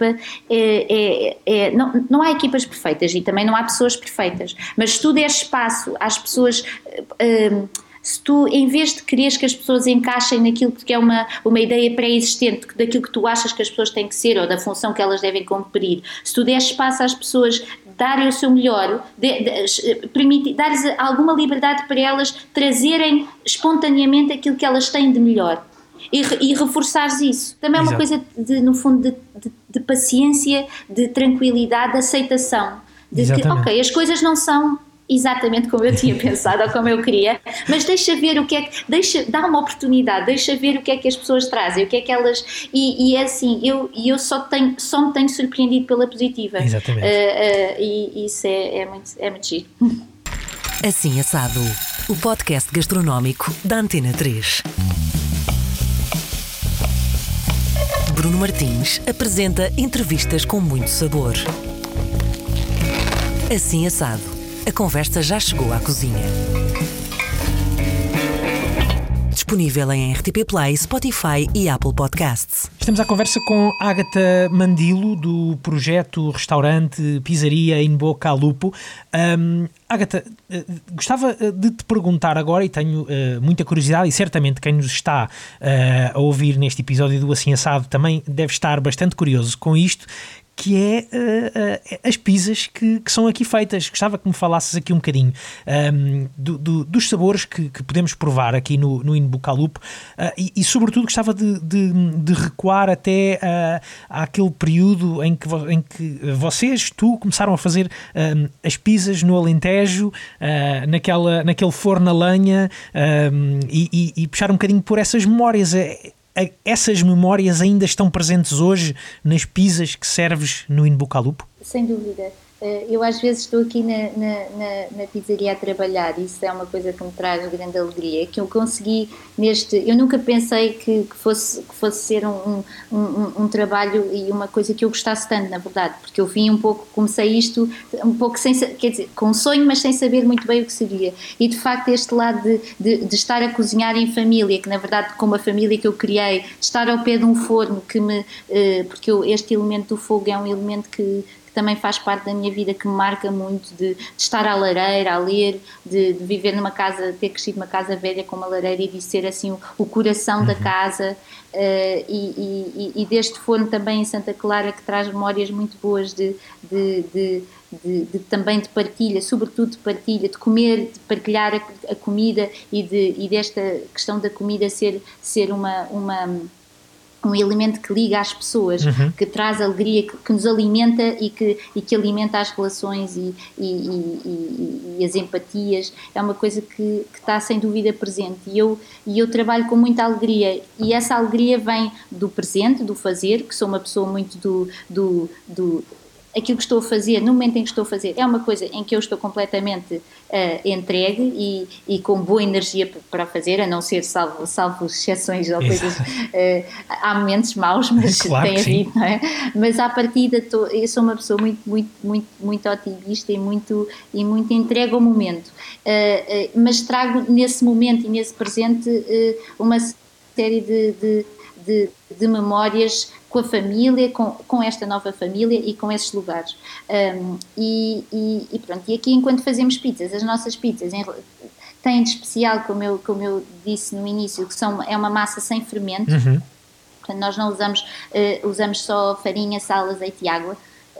[SPEAKER 1] é, é, é, não, não há equipas perfeitas e também não há pessoas perfeitas, mas se tu der espaço às pessoas... Uh, se tu, em vez de quereres que as pessoas encaixem naquilo que é uma, uma ideia pré-existente, daquilo que tu achas que as pessoas têm que ser ou da função que elas devem cumprir, se tu deres espaço às pessoas darem o seu melhor, de, de, permitir, dares alguma liberdade para elas trazerem espontaneamente aquilo que elas têm de melhor e, e reforçares isso. Também é uma Exato. coisa, de, no fundo, de, de, de paciência, de tranquilidade, de aceitação. De que, ok, as coisas não são exatamente como eu tinha pensado ou como eu queria, mas deixa ver o que é que, deixa, dá uma oportunidade, deixa ver o que é que as pessoas trazem, o que é que elas, e, e é assim, eu, eu só, tenho, só me tenho surpreendido pela positiva.
[SPEAKER 2] Exatamente.
[SPEAKER 1] Uh, uh, e isso é, é, muito, é muito giro.
[SPEAKER 3] Assim Assado, o podcast gastronómico da Antena três. Bruno Martins apresenta entrevistas com muito sabor. Assim Assado. A conversa já chegou à cozinha. Disponível em R T P Play, Spotify e Apple Podcasts.
[SPEAKER 2] Estamos à conversa com Ágata Mandilo, do projeto Restaurante Pizzaria in Bocca al Lupo. Um, Ágata, uh, gostava de te perguntar agora, e tenho uh, muita curiosidade, e certamente quem nos está uh, a ouvir neste episódio do Assim Assado também deve estar bastante curioso com isto, que é uh, uh, as pizzas que, que são aqui feitas. Gostava que me falasses aqui um bocadinho um, do, do, dos sabores que, que podemos provar aqui no, no In Bocca al Lupo, uh, e, e sobretudo gostava de, de, de recuar até uh, àquele período em que, em que vocês, tu, começaram a fazer um, as pizzas no Alentejo, uh, naquela, naquele forno a lenha, um, e, e, e puxar um bocadinho por essas memórias. Essas memórias ainda estão presentes hoje nas pizzas que serves no In Bocca al Lupo?
[SPEAKER 1] Sem dúvida. Eu às vezes estou aqui na, na, na, na pizzaria a trabalhar, isso é uma coisa que me traz grande alegria, que eu consegui neste, eu nunca pensei que, que, fosse, que fosse ser um, um, um, um trabalho e uma coisa que eu gostasse tanto, na verdade, porque eu vim um pouco, comecei isto um pouco sem, quer dizer, com um sonho, mas sem saber muito bem o que seria, e de facto este lado de, de, de estar a cozinhar em família, que na verdade com uma família que eu criei, de estar ao pé de um forno que me, porque eu, este elemento do fogo é um elemento que também faz parte da minha vida, que me marca muito, de, de estar à lareira, a ler, de, de viver numa casa, ter crescido numa casa velha com uma lareira e de ser assim o, o coração uhum. da casa, uh, e, e, e deste forno também em Santa Clara, que traz memórias muito boas de, de, de, de, de também de partilha, sobretudo de partilha, de comer, de partilhar a, a comida e, de, e desta questão da comida ser, ser uma... uma um elemento que liga às pessoas, uhum. que traz alegria, que, que nos alimenta e que, e que alimenta as relações e, e, e, e, e as empatias, é uma coisa que, que está sem dúvida presente, e eu, e eu trabalho com muita alegria, e essa alegria vem do presente, do fazer, que sou uma pessoa muito do... do, do aquilo que estou a fazer, no momento em que estou a fazer, é uma coisa em que eu estou completamente uh, entregue e, e com boa energia para fazer, a não ser salvo, salvo exceções ou coisas, uh, há momentos maus, mas
[SPEAKER 2] claro
[SPEAKER 1] tem havido, não é? Mas à partida tô, eu sou uma pessoa muito, muito, muito, muito otimista e muito, e muito entregue ao momento, uh, uh, mas trago nesse momento e nesse presente uh, uma série de, de, de, de memórias com a família, com, com esta nova família e com esses lugares. Um, e, e, e pronto, e aqui enquanto fazemos pizzas, as nossas pizzas em, têm de especial, como eu, como eu disse no início, que são, é uma massa sem fermento, uhum. Portanto nós não usamos, uh, usamos só farinha, sal, azeite e água, uh,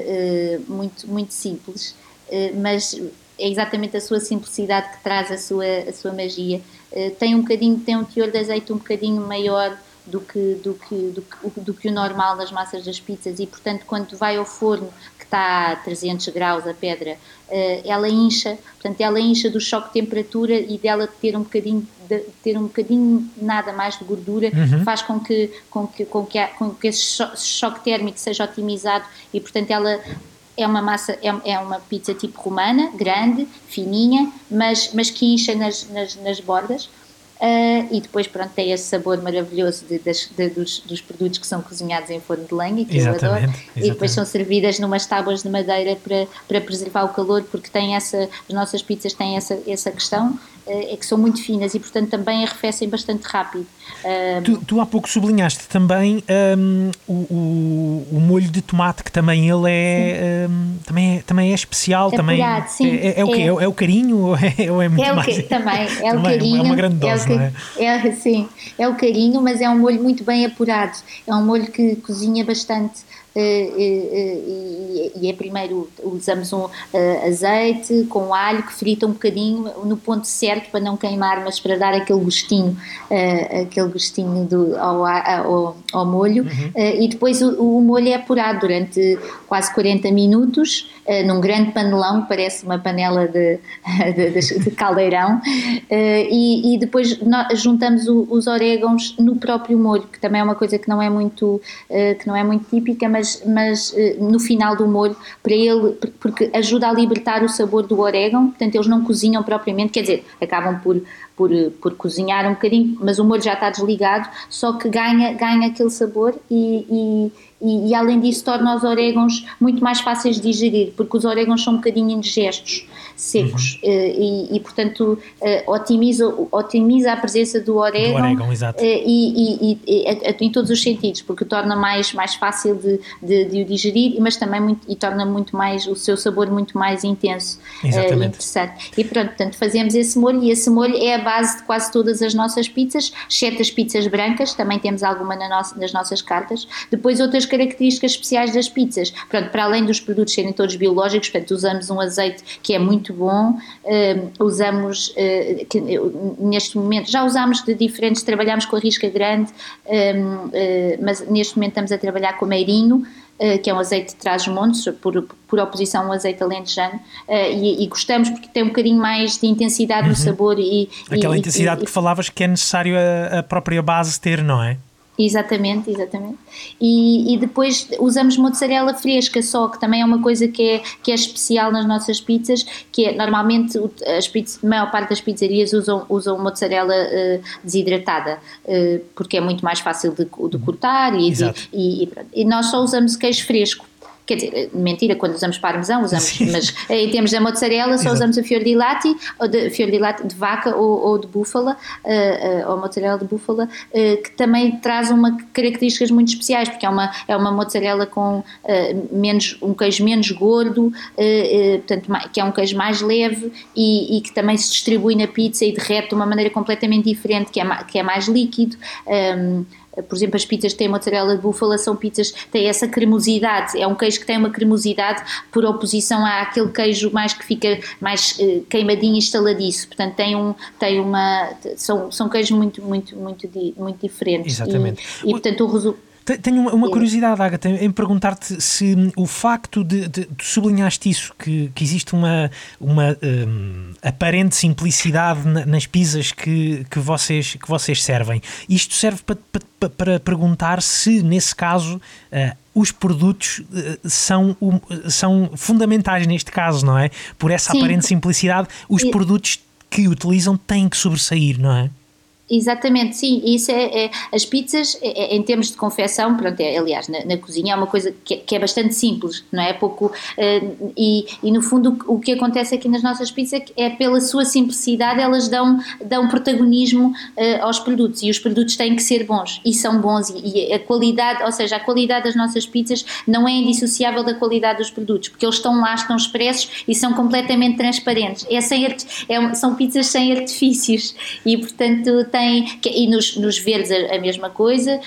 [SPEAKER 1] uh, muito, muito simples, uh, mas é exatamente a sua simplicidade que traz a sua, a sua magia. Uh, tem um bocadinho, tem um teor de azeite um bocadinho maior do que, do, que, do, que, do que o normal das massas das pizzas, e portanto quando vai ao forno, que está a trezentos graus a pedra, ela incha, portanto ela incha do choque de temperatura e dela ter um bocadinho, de, ter um bocadinho nada mais de gordura, uhum. faz com que, com, que, com, que, com que esse choque térmico seja otimizado, e portanto ela é uma massa, é, é uma pizza tipo romana, grande, fininha, mas, mas que incha nas, nas, nas bordas. Uh, e depois pronto, tem esse sabor maravilhoso de, de, de, dos, dos produtos que são cozinhados em forno de lenha, que exatamente, eu adoro, exatamente. E depois são servidas numas tábuas de madeira para, para preservar o calor, porque tem essa, as nossas pizzas têm essa, essa questão, uh, é que são muito finas e portanto também arrefecem bastante rápido. Uh,
[SPEAKER 2] tu, tu há pouco sublinhaste também um, o, o, o molho de tomate, que também ele é, um, também é, também é especial, é também
[SPEAKER 1] apurado, sim,
[SPEAKER 2] é, é, é o quê? É, é o carinho ou é, ou é muito
[SPEAKER 1] é o
[SPEAKER 2] mais?
[SPEAKER 1] Que, também, é
[SPEAKER 2] também,
[SPEAKER 1] o carinho.
[SPEAKER 2] É uma grande dose,
[SPEAKER 1] é
[SPEAKER 2] não é?
[SPEAKER 1] É, sim, é o carinho, mas é um molho muito bem apurado, é um molho que cozinha bastante, uh, uh, uh, e, e é primeiro usamos um uh, azeite com alho que frita um bocadinho no ponto certo para não queimar, mas para dar aquele gostinho, uh, aquele gostinho do, ao, ao, ao molho, uhum. uh, e depois o, o molho é apurado durante quase quarenta minutos, uh, num grande panelão que parece uma panela de, de, de, de caldeirão, uh, e, e depois nós juntamos o, os orégãos no próprio molho, que também é uma coisa que não é muito, uh, que não é muito típica, mas mas, mas no final do molho, para ele, porque ajuda a libertar o sabor do orégano, portanto eles não cozinham propriamente, quer dizer, acabam por, por, por cozinhar um bocadinho, mas o molho já está desligado, só que ganha, ganha aquele sabor e, e, e, e além disso torna os orégãos muito mais fáceis de digerir, porque os orégãos são um bocadinho indigestos, secos, uhum. e, e portanto otimiza, otimiza a presença do orégano, do orégano exato. E, e, e, e em todos os sentidos, porque o torna mais, mais fácil de, de, de o digerir, mas também muito, e torna muito mais, o seu sabor muito mais intenso. Exatamente. E interessante. E pronto, portanto fazemos esse molho, e esse molho é a base de quase todas as nossas pizzas, exceto as pizzas brancas, também temos alguma na nossa, nas nossas cartas. Depois outras características especiais das pizzas, pronto, para além dos produtos serem todos biológicos, portanto usamos um azeite que é muito bom, uh, usamos, uh, que, uh, neste momento, já usámos de diferentes, trabalhamos com a risca grande, um, uh, mas neste momento estamos a trabalhar com o meirinho, uh, que é um azeite de Trás-os-Montes, por, por oposição a um azeite alentejano, uh, e, e gostamos porque tem um bocadinho mais de intensidade uhum. no sabor. E,
[SPEAKER 2] Aquela
[SPEAKER 1] e,
[SPEAKER 2] intensidade e, que falavas que é necessário a, a própria base ter, não é?
[SPEAKER 1] Exatamente, exatamente. E, e depois usamos mozzarella fresca só, que também é uma coisa que é, que é especial nas nossas pizzas, que é, normalmente as pizzas, a maior parte das pizzarias usam, usam mozzarella uh, desidratada, uh, porque é muito mais fácil de, de cortar e, de, e, e, e nós só usamos queijo fresco. Quer dizer, mentira, quando usamos parmesão usamos, Sim. mas em termos da mozzarella só Exato. usamos a fior di latte, ou de, fior di latte de vaca ou, ou de búfala, uh, uh, ou mozzarella de búfala, uh, que também traz uma características muito especiais, porque é uma, é uma mozzarella com uh, menos, um queijo menos gordo, uh, uh, portanto, que é um queijo mais leve e, e que também se distribui na pizza e derrete de uma maneira completamente diferente, que é, que é mais líquido. Um, Por exemplo, as pizzas que têm mozzarella de búfala são pizzas que têm essa cremosidade, é um queijo que tem uma cremosidade por oposição àquele queijo mais que fica mais uh, queimadinho e estaladiço, portanto tem, um, tem uma, são, são queijos muito, muito, muito, muito diferentes.
[SPEAKER 2] Exatamente.
[SPEAKER 1] E, e portanto o resultado...
[SPEAKER 2] Tenho uma, uma curiosidade, Ágata, em perguntar-te se o facto de, de, de sublinhaste isso, que, que existe uma, uma um, aparente simplicidade na, nas pizzas que, que, vocês, que vocês servem. Isto serve para, para, para perguntar se, nesse caso, uh, os produtos uh, são, um, são fundamentais neste caso, não é? Por essa Sim. aparente simplicidade, os e... produtos que utilizam têm que sobressair, não é?
[SPEAKER 1] Exatamente, sim, isso é, é as pizzas é, é, em termos de confecção, pronto, é, aliás na, na cozinha é uma coisa que é, que é bastante simples, não é? Pouco, uh, e, e no fundo o, o que acontece aqui nas nossas pizzas é pela sua simplicidade elas dão, dão protagonismo uh, aos produtos, e os produtos têm que ser bons, e são bons, e, e a qualidade, ou seja, a qualidade das nossas pizzas não é indissociável da qualidade dos produtos, porque eles estão lá, estão expressos e são completamente transparentes, é sem, é, são pizzas sem artifícios, e portanto tem, e nos, nos verdes a, a mesma coisa, uh,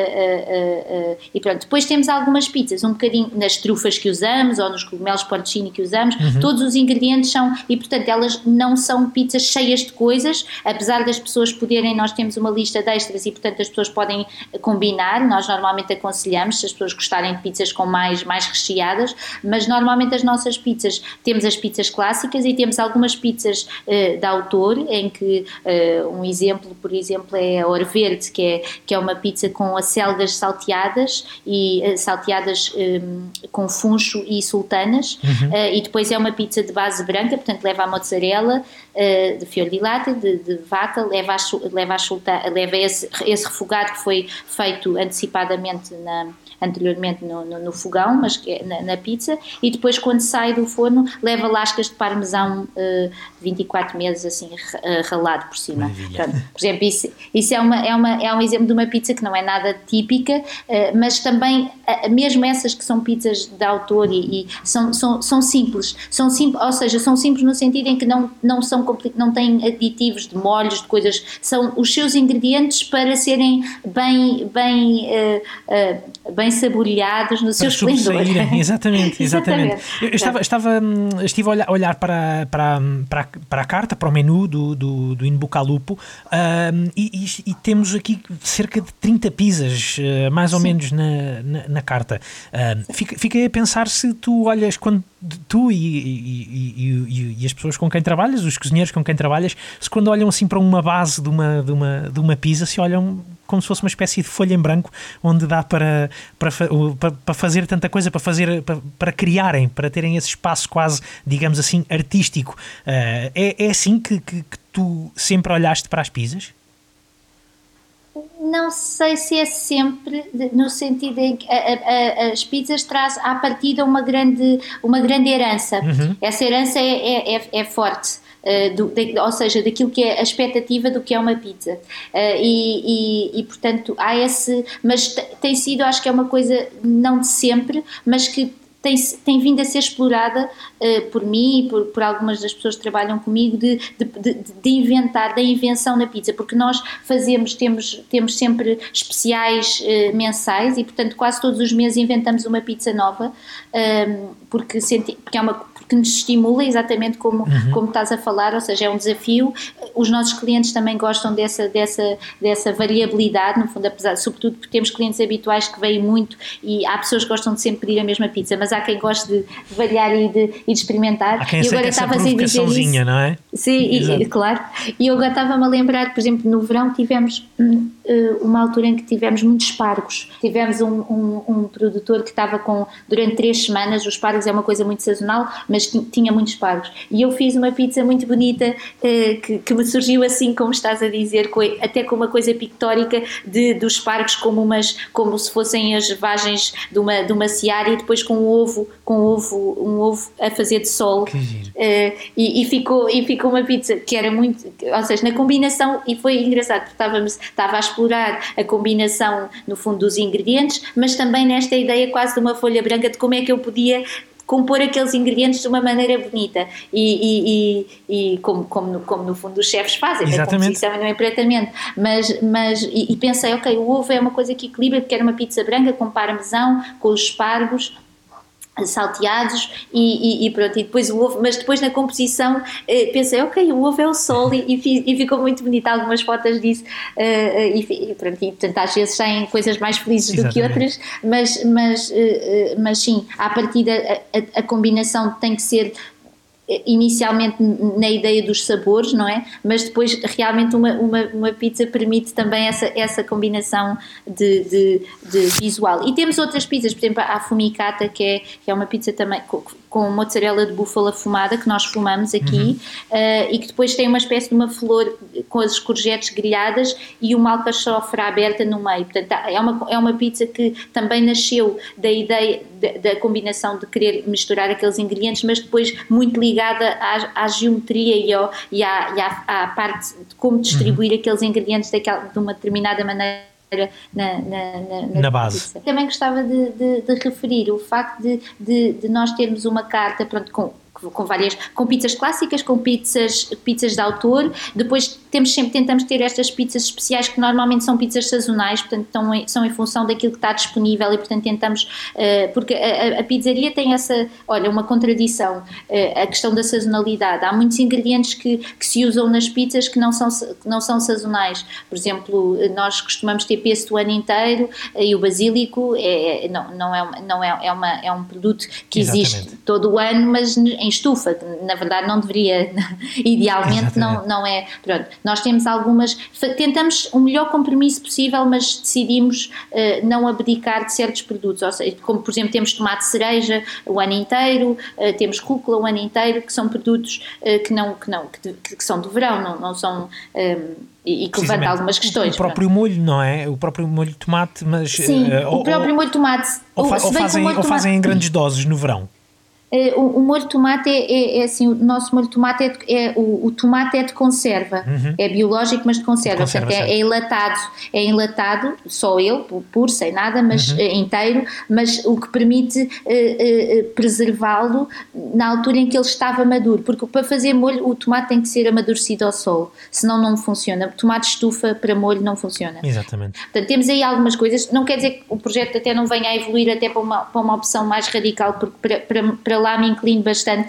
[SPEAKER 1] uh, uh, e pronto, depois temos algumas pizzas, um bocadinho nas trufas que usamos, ou nos cogumelos porcini que usamos, uhum. todos os ingredientes são, e portanto elas não são pizzas cheias de coisas, apesar das pessoas poderem, nós temos uma lista de extras e portanto as pessoas podem combinar, nós normalmente aconselhamos, se as pessoas gostarem de pizzas com mais, mais recheadas, mas normalmente as nossas pizzas, temos as pizzas clássicas e temos algumas pizzas uh, de autor, em que uh, um exemplo por exemplo, é a Ouro Verde, que é, que é uma pizza com acelgas salteadas, e uh, salteadas um, com funcho e sultanas, uhum. uh, e depois é uma pizza de base branca, portanto leva a mozzarella uh, de fior di latte, de, de vaca, leva, a, leva, a sulta, leva esse, esse refogado que foi feito antecipadamente na... anteriormente no, no, no fogão, mas na, na pizza, e depois quando sai do forno leva lascas de parmesão uh, vinte e quatro meses assim uh, ralado por cima. Pronto, por exemplo, isso, isso é, uma, é, uma, é um exemplo de uma pizza que não é nada típica, uh, mas também uh, mesmo essas que são pizzas de autor e, e são, são, são simples, são simples, ou seja, são simples no sentido em que não, não, são, não têm aditivos de molhos, de coisas, são os seus ingredientes para serem bem, bem, uh, uh, bem saboreados no seu esplendor.
[SPEAKER 2] Exatamente, exatamente. Eu estava, estava, estive a olhar, a olhar para, para, para, para a carta, para o menu do, do, do In Bocca al Lupo, um, e, e, e temos aqui cerca de trinta pizzas, uh, mais ou Sim. menos na, na, na carta. Um, fica, fiquei a pensar se tu olhas, quando tu e, e, e, e as pessoas com quem trabalhas, os cozinheiros com quem trabalhas, se quando olham assim para uma base de uma, de uma, de uma pizza, se olham como se fosse uma espécie de folha em branco onde dá para, para, para, para fazer tanta coisa, para, fazer, para, para criarem, para terem esse espaço quase, digamos assim, artístico. Uh, é, é assim que, que, que tu sempre olhaste para as pizzas?
[SPEAKER 1] Não sei se é sempre, no sentido em que a, a, a, as pizzas traz à partida uma grande, uma grande herança. Uhum. Essa herança é, é, é forte, uh, do, de, ou seja, daquilo que é a expectativa do que é uma pizza. Uh, e, e, e, portanto, há esse. Mas tem sido, acho que é uma coisa não de sempre, mas que Tem, tem vindo a ser explorada uh, por mim e por, por algumas das pessoas que trabalham comigo de, de, de, de inventar, da invenção na pizza, porque nós fazemos, temos, temos sempre especiais uh, mensais e portanto quase todos os meses inventamos uma pizza nova, um, porque, senti, porque é uma que nos estimula, exatamente como, uhum. como estás a falar, ou seja, é um desafio. Os nossos clientes também gostam dessa, dessa, dessa variabilidade, no fundo, apesar, sobretudo porque temos clientes habituais que vêm muito e há pessoas que gostam de sempre pedir a mesma pizza, mas há quem goste de variar e de, e de experimentar.
[SPEAKER 2] Há quem
[SPEAKER 1] e agora
[SPEAKER 2] essa provocaçãozinha, não é?
[SPEAKER 1] Sim, e, claro. E eu agora estava-me a lembrar, por exemplo, no verão tivemos hum, uma altura em que tivemos muitos espargos. Tivemos um, um, um produtor que estava com, durante três semanas, os espargos é uma coisa muito sazonal, mas tinha muitos espargos. E eu fiz uma pizza muito bonita eh, que, que me surgiu assim, como estás a dizer, com, até com uma coisa pictórica de, dos espargos como, umas, como se fossem as vagens de uma, de uma seara e depois com um ovo, com um ovo, um ovo a fazer de sol. Eh, e, e, ficou, e ficou uma pizza que era muito, ou seja, na combinação, e foi engraçado porque estávamos, estava a explorar a combinação no fundo dos ingredientes, mas também nesta ideia quase de uma folha branca de como é que eu podia compor aqueles ingredientes de uma maneira bonita e, e, e, e como, como, no, como no fundo os chefes fazem, na composição e no empratamento, mas, mas e, e pensei, ok, o ovo é uma coisa que equilibra, porque era uma pizza branca com parmesão, com os espargos salteados e, e, e pronto, e depois o ovo, mas depois na composição eh, pensei, ok, o ovo é o sol e, e, fiz, e ficou muito bonito, algumas fotos disso eh, e, e pronto, e portanto às vezes saem coisas mais felizes Exatamente. Do que outras, mas, mas, eh, mas sim, à partida a, a, a combinação tem que ser inicialmente na ideia dos sabores, não é? Mas depois realmente uma, uma, uma pizza permite também essa, essa combinação de, de, de visual. E temos outras pizzas, por exemplo a fumicata, que é, que é uma pizza também com, com mozzarella de búfala fumada, que nós fumamos aqui, uhum. uh, e que depois tem uma espécie de uma flor com as courgettes grelhadas e uma alcachofra aberta no meio. Portanto, é uma, é uma pizza que também nasceu da ideia da, da combinação de querer misturar aqueles ingredientes, mas depois muito ligada à, à geometria e, ao, e, à, e à, à parte de como distribuir uhum. aqueles ingredientes daquela, de uma determinada maneira na, na, na, na,
[SPEAKER 2] na base.
[SPEAKER 1] Pizza. Também gostava de, de, de referir o facto de, de, de nós termos uma carta, pronto, com com várias, com pizzas clássicas, com pizzas, pizzas de autor, depois temos sempre, tentamos ter estas pizzas especiais que normalmente são pizzas sazonais, portanto estão em, são em função daquilo que está disponível e portanto tentamos, uh, porque a, a pizzaria tem essa, olha, uma contradição, uh, a questão da sazonalidade, há muitos ingredientes que, que se usam nas pizzas que não são, que não são sazonais, por exemplo, nós costumamos ter pesto o ano inteiro e o basílico é, não, não, é, não é, é, uma, é um produto que Exatamente. Existe todo o ano, mas em estufa, que na verdade não deveria, idealmente não, não é, pronto, nós temos algumas, tentamos o melhor compromisso possível, mas decidimos uh, não abdicar de certos produtos, ou seja, como por exemplo temos tomate cereja o ano inteiro, uh, temos rúcula o ano inteiro, que são produtos uh, que não, que não, que, que são de verão, não, não são... Um, e que levanta algumas questões.
[SPEAKER 2] O próprio molho, não é? O próprio molho de tomate, mas...
[SPEAKER 1] Sim, uh, o
[SPEAKER 2] ou,
[SPEAKER 1] próprio molho de tomate.
[SPEAKER 2] Ou, fa- ou, fazem, molho ou tomate, fazem em grandes doses no verão.
[SPEAKER 1] Uh, o, o molho de tomate é, é, é assim, o nosso molho de tomate é, de, é o, o tomate é de conserva, uhum. é biológico mas de conserva, de conserva portanto é, é enlatado, é enlatado, só ele, puro, sem nada, mas uhum. uh, inteiro, mas o que permite uh, uh, preservá-lo na altura em que ele estava maduro, porque para fazer molho o tomate tem que ser amadurecido ao sol, senão não funciona, tomate estufa para molho não funciona.
[SPEAKER 2] Exatamente.
[SPEAKER 1] Portanto, temos aí algumas coisas, não quer dizer que o projeto até não venha a evoluir até para uma, para uma opção mais radical, porque para, para, para lá me inclino bastante,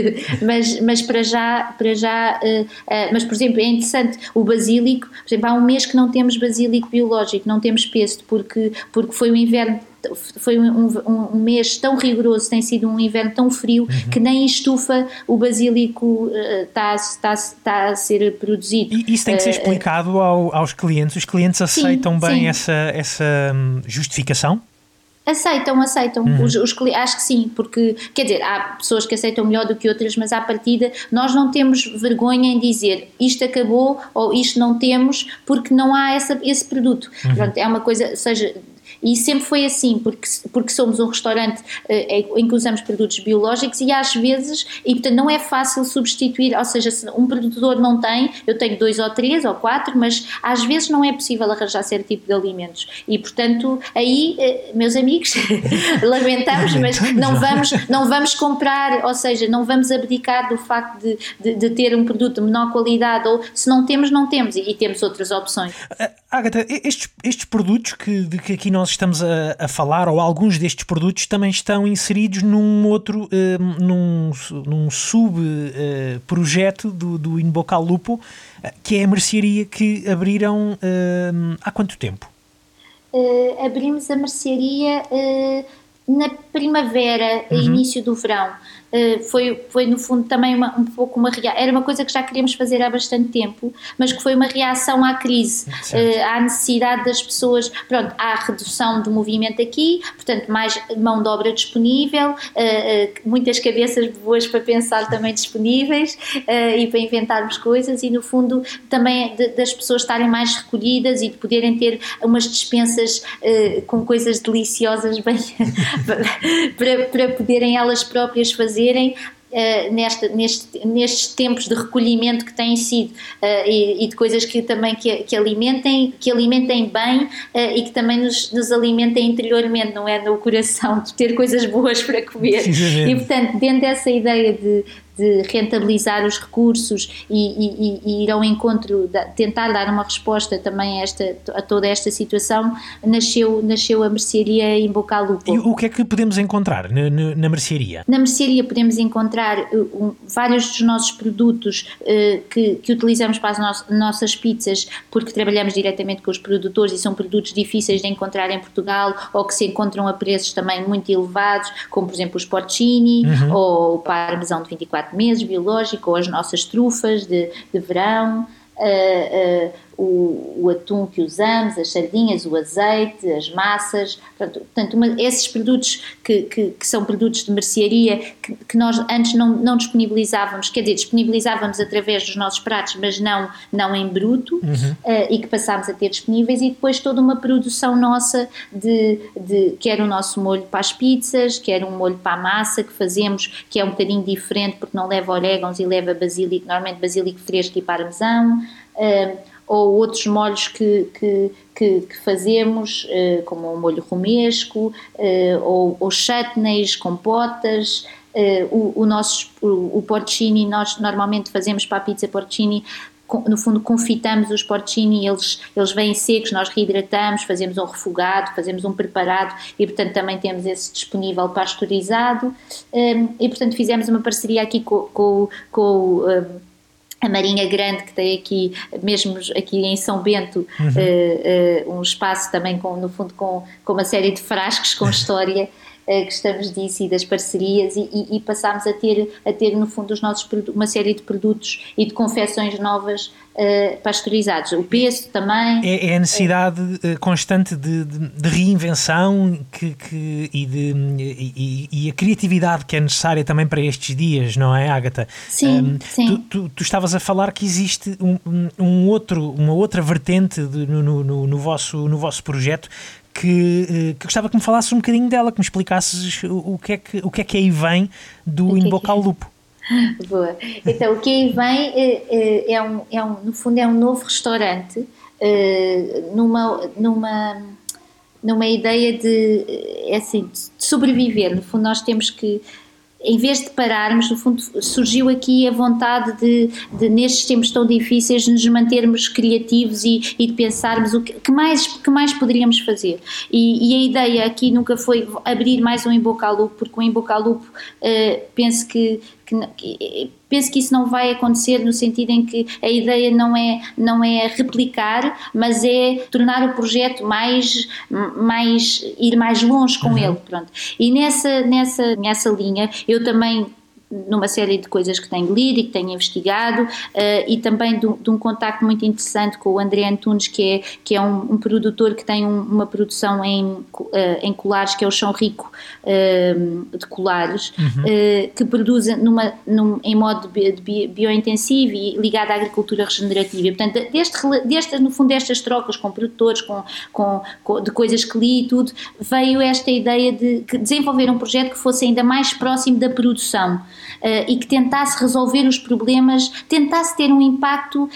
[SPEAKER 1] mas, mas para já, para já uh, uh, mas por exemplo é interessante o basílico, por exemplo há um mês que não temos basílico biológico, não temos pesto, porque, porque foi o inverno foi um, um, um mês tão rigoroso, tem sido um inverno tão frio, uhum. que nem em estufa o basílico está, está, está a ser produzido.
[SPEAKER 2] E isso tem que ser explicado ao, aos clientes? Os clientes aceitam sim, bem sim. Essa, essa justificação?
[SPEAKER 1] Aceitam, aceitam, uhum. os, os, acho que sim, porque, quer dizer, há pessoas que aceitam melhor do que outras, mas à partida nós não temos vergonha em dizer isto acabou ou isto não temos, porque não há essa, esse produto. Uhum. Pronto, é uma coisa, seja... E sempre foi assim, porque, porque somos um restaurante uh, em que usamos produtos biológicos e às vezes, e portanto não é fácil substituir, ou seja, se um produtor não tem, eu tenho dois ou três ou quatro, mas às vezes não é possível arranjar certo tipo de alimentos e portanto aí, uh, meus amigos, lamentamos, mas não vamos, não vamos comprar, ou seja, não vamos abdicar do facto de, de, de ter um produto de menor qualidade ou se não temos, não temos e, e temos outras opções.
[SPEAKER 2] Uh, Ágata, estes, estes produtos que, de que aqui nós estamos a, a falar, ou alguns destes produtos também estão inseridos num outro, uh, num, num sub-projeto uh, do, do In Boca al Lupo, uh, que é a mercearia que abriram uh, há quanto tempo?
[SPEAKER 1] Uh, abrimos a mercearia uh, na primavera, uhum. início do verão. Uh, foi, foi no fundo também uma, um pouco uma reação, era uma coisa que já queríamos fazer há bastante tempo, mas que foi uma reação à crise, uh, à necessidade das pessoas, pronto, há redução do movimento aqui, portanto mais mão de obra disponível, uh, uh, muitas cabeças boas para pensar também disponíveis uh, e para inventarmos coisas e no fundo também de, das pessoas estarem mais recolhidas e de poderem ter umas despensas uh, com coisas deliciosas bem para, para poderem elas próprias fazer Uh, nesta, neste, nestes tempos de recolhimento que têm sido uh, e, e de coisas que também que, que alimentem, que alimentem bem uh, e que também nos, nos alimentem interiormente, não é no coração, de ter coisas boas para comer. E portanto, dentro dessa ideia de, de rentabilizar os recursos e, e, e ir ao encontro, de, tentar dar uma resposta também a, esta, a toda esta situação, nasceu, nasceu a mercearia In Boca al Lupo.
[SPEAKER 2] E o que é que podemos encontrar na, na, na mercearia?
[SPEAKER 1] Na mercearia podemos encontrar um, vários dos nossos produtos uh, que, que utilizamos para as no- nossas pizzas, porque trabalhamos diretamente com os produtores e são produtos difíceis de encontrar em Portugal ou que se encontram a preços também muito elevados, como por exemplo os porcini, uhum. ou o parmesão de vinte e quatro meses biológico, ou as nossas trufas de, de verão, uh, uh, o, o atum que usamos, as sardinhas, o azeite, as massas, portanto, portanto uma, esses produtos que, que, que são produtos de mercearia que, que nós antes não, não disponibilizávamos, quer dizer, disponibilizávamos através dos nossos pratos, mas não, não em bruto, uhum. uh, e que passámos a ter disponíveis, e depois toda uma produção nossa de, de quer o nosso molho para as pizzas, quer um molho para a massa que fazemos, que é um bocadinho diferente porque não leva orégãos e leva basílico, normalmente basílico fresco e parmesão, uh, ou outros molhos que, que, que, que fazemos, uh, como o molho romesco, uh, ou, ou chutneys, compotas, uh, o, o nosso o, o porcini, nós normalmente fazemos para a pizza porcini, no fundo confitamos os porcini, eles, eles vêm secos, nós reidratamos, fazemos um refogado, fazemos um preparado e portanto também temos esse disponível pasteurizado, um, e portanto fizemos uma parceria aqui com, com, com um, a Marinha Grande, que tem aqui, mesmo aqui em São Bento, uhum. uh, uh, um espaço também, com, no fundo, com, com uma série de frascos com história, uh, gostamos disso e das parcerias, e, e, e passámos a ter, a ter, no fundo, os nossos, uma série de produtos e de confecções novas uh, pasteurizados. O peso também.
[SPEAKER 2] É, é a necessidade uh, constante de, de, de reinvenção que, que, e, de, e, e a criatividade que é necessária também para estes dias, não é, Ágata?
[SPEAKER 1] Sim, um, sim.
[SPEAKER 2] Tu, tu, tu estavas a falar que existe um, um outro, uma outra vertente de, no, no, no, vosso, no vosso projeto que, que gostava que me falasses um bocadinho dela, que me explicasses o, o, que, é que, o que é que aí vem do In Boca al Lupo.
[SPEAKER 1] Boa. Então, o que aí vem é, é, um, é um, no fundo é um novo restaurante, numa, numa, numa ideia de, é assim, de sobreviver. No fundo nós temos que, em vez de pararmos, no fundo surgiu aqui a vontade de, de nestes tempos tão difíceis, de nos mantermos criativos e, e de pensarmos o que, que, mais, que mais poderíamos fazer. E, e a ideia aqui nunca foi abrir mais um In Boca al Lupo, porque o In Boca al Lupo uh, penso que, que, que penso que isso não vai acontecer no sentido em que a ideia não é, não é replicar, mas é tornar o projeto mais, mais ir mais longe com uhum. ele, pronto. E nessa, nessa, nessa linha eu também, numa série de coisas que tenho lido e que tenho investigado, uh, e também de, de um contacto muito interessante com o André Antunes, que é, que é um, um produtor que tem um, uma produção em, uh, em colares, que é o Chão Rico uh, de Colares, uhum. uh, que produz numa, num, em modo de, de biointensivo e ligado à agricultura regenerativa. E, portanto, deste, deste, no fundo destas trocas com produtores, com, com, com, de coisas que li e tudo, veio esta ideia de desenvolver um projeto que fosse ainda mais próximo da produção. Uh, e que tentasse resolver os problemas, tentasse ter um impacto uh,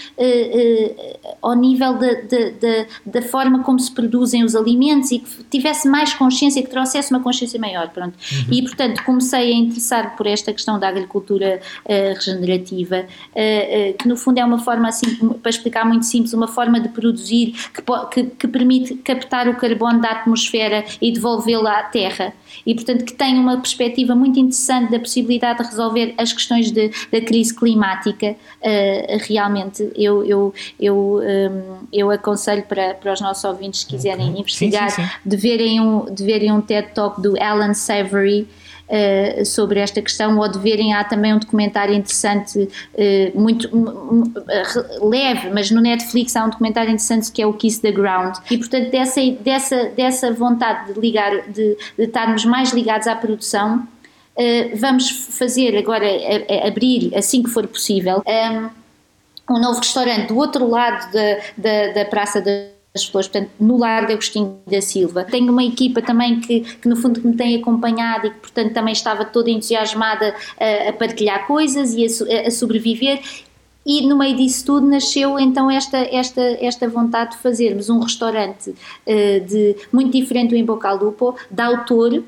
[SPEAKER 1] uh, ao nível da, da, da, da forma como se produzem os alimentos e que tivesse mais consciência, que trouxesse uma consciência maior, pronto. Uhum. E portanto comecei a interessar por esta questão da agricultura uh, regenerativa, uh, uh, que no fundo é uma forma assim, para explicar muito simples, uma forma de produzir que, que, que permite captar o carbono da atmosfera e devolvê-lo à terra, e portanto que tem uma perspectiva muito interessante da possibilidade de resolver as questões de, da crise climática. Uh, realmente eu, eu, eu, um, eu aconselho para, para os nossos ouvintes, se quiserem okay. investigar, sim, sim, sim. De, verem um, de verem um TED Talk do Alan Savory Uh, sobre esta questão, ou de verem, há também um documentário interessante, uh, muito uh, leve, mas no Netflix há um documentário interessante que é o Kiss the Ground, e portanto dessa, dessa, dessa vontade de ligar, de, de estarmos mais ligados à produção, uh, vamos fazer agora, a, a abrir, assim que for possível, um, um novo restaurante do outro lado da, da, da Praça da as Flores, portanto, no Largo Agostinho da Silva. Tenho uma equipa também que, que no fundo me tem acompanhado e que portanto também estava toda entusiasmada a, a partilhar coisas e a, a sobreviver, e no meio disso tudo nasceu então esta, esta, esta vontade de fazermos um restaurante uh, de, muito diferente do Em Boca al Lupo, de autor,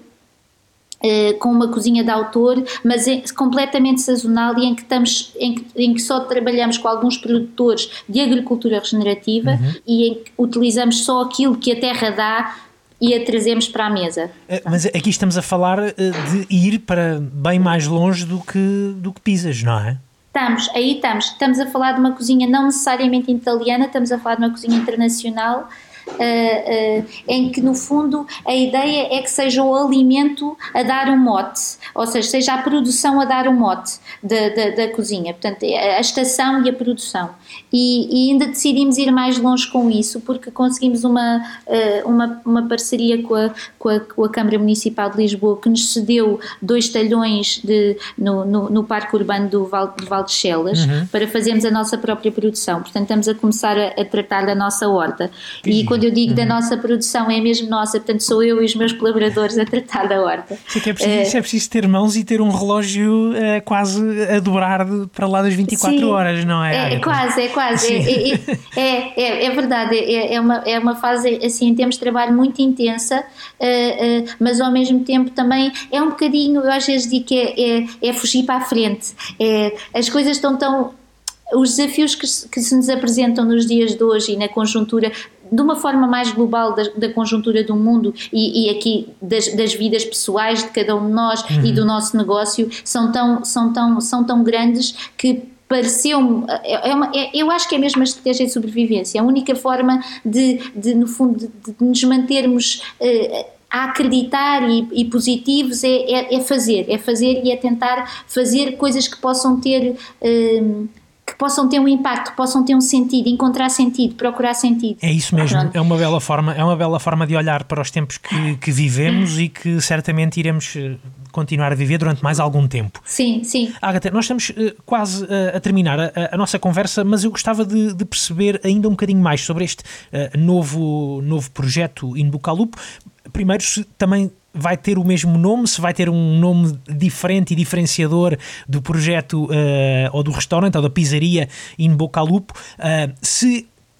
[SPEAKER 1] Uh, com uma cozinha de autor, mas é completamente sazonal, e em que, estamos, em, que, em que só trabalhamos com alguns produtores de agricultura regenerativa, uhum. e em que utilizamos só aquilo que a terra dá e a trazemos para a mesa.
[SPEAKER 2] Uh, mas aqui estamos a falar uh, de ir para bem mais longe do que, do que Pisas, não é?
[SPEAKER 1] Estamos, aí estamos. Estamos a falar de uma cozinha não necessariamente italiana, estamos a falar de uma cozinha internacional, Uh, uh, em que no fundo a ideia é que seja o alimento a dar um mote, ou seja, seja a produção a dar um mote da, da, da cozinha, portanto a estação e a produção, e, e ainda decidimos ir mais longe com isso porque conseguimos uma, uh, uma, uma parceria com a, com, a, com a Câmara Municipal de Lisboa, que nos cedeu dois talhões de, no, no, no Parque Urbano do Val, do Val de Chelas, uhum. para fazermos a nossa própria produção. Portanto estamos a começar a, a tratar da nossa horta, e quando eu digo uhum. da nossa produção, é mesmo nossa, portanto sou eu e os meus colaboradores a tratar da horta.
[SPEAKER 2] Sim, que é preciso, uh, é preciso ter mãos e ter um relógio uh, quase a dobrar de, para lá das vinte e quatro sim, horas, não é?
[SPEAKER 1] É, é quase, é quase, é, é, é, é verdade, é, é, uma, é uma fase assim em termos de trabalho muito intensa, uh, uh, mas ao mesmo tempo também é um bocadinho, eu às vezes digo que é, é, é fugir para a frente, é, as coisas estão tão... Os desafios que se, que se nos apresentam nos dias de hoje e na conjuntura, de uma forma mais global da, da conjuntura do mundo e, e aqui das, das vidas pessoais de cada um de nós uhum. e do nosso negócio, são tão, são tão, são tão grandes que pareceu-me, é uma, é, eu acho que é mesmo uma estratégia de sobrevivência, a única forma de, de no fundo, de, de nos mantermos uh, a acreditar e, e positivos é, é, é fazer, é fazer e é tentar fazer coisas que possam ter... Uh, que possam ter um impacto, que possam ter um sentido, encontrar sentido, procurar sentido.
[SPEAKER 2] É isso mesmo, Pronto. é uma bela forma, é uma bela forma de olhar para os tempos que, que vivemos e que certamente iremos continuar a viver durante mais algum tempo.
[SPEAKER 1] Sim, sim.
[SPEAKER 2] Ágata, nós estamos uh, quase uh, a terminar a, a nossa conversa, mas eu gostava de, de perceber ainda um bocadinho mais sobre este uh, novo, novo projeto In Boca al Lupo. Primeiro, se também vai ter o mesmo nome, se vai ter um nome diferente e diferenciador do projeto uh, ou do restaurante ou da pizzaria In Boca al Lupo, uh, se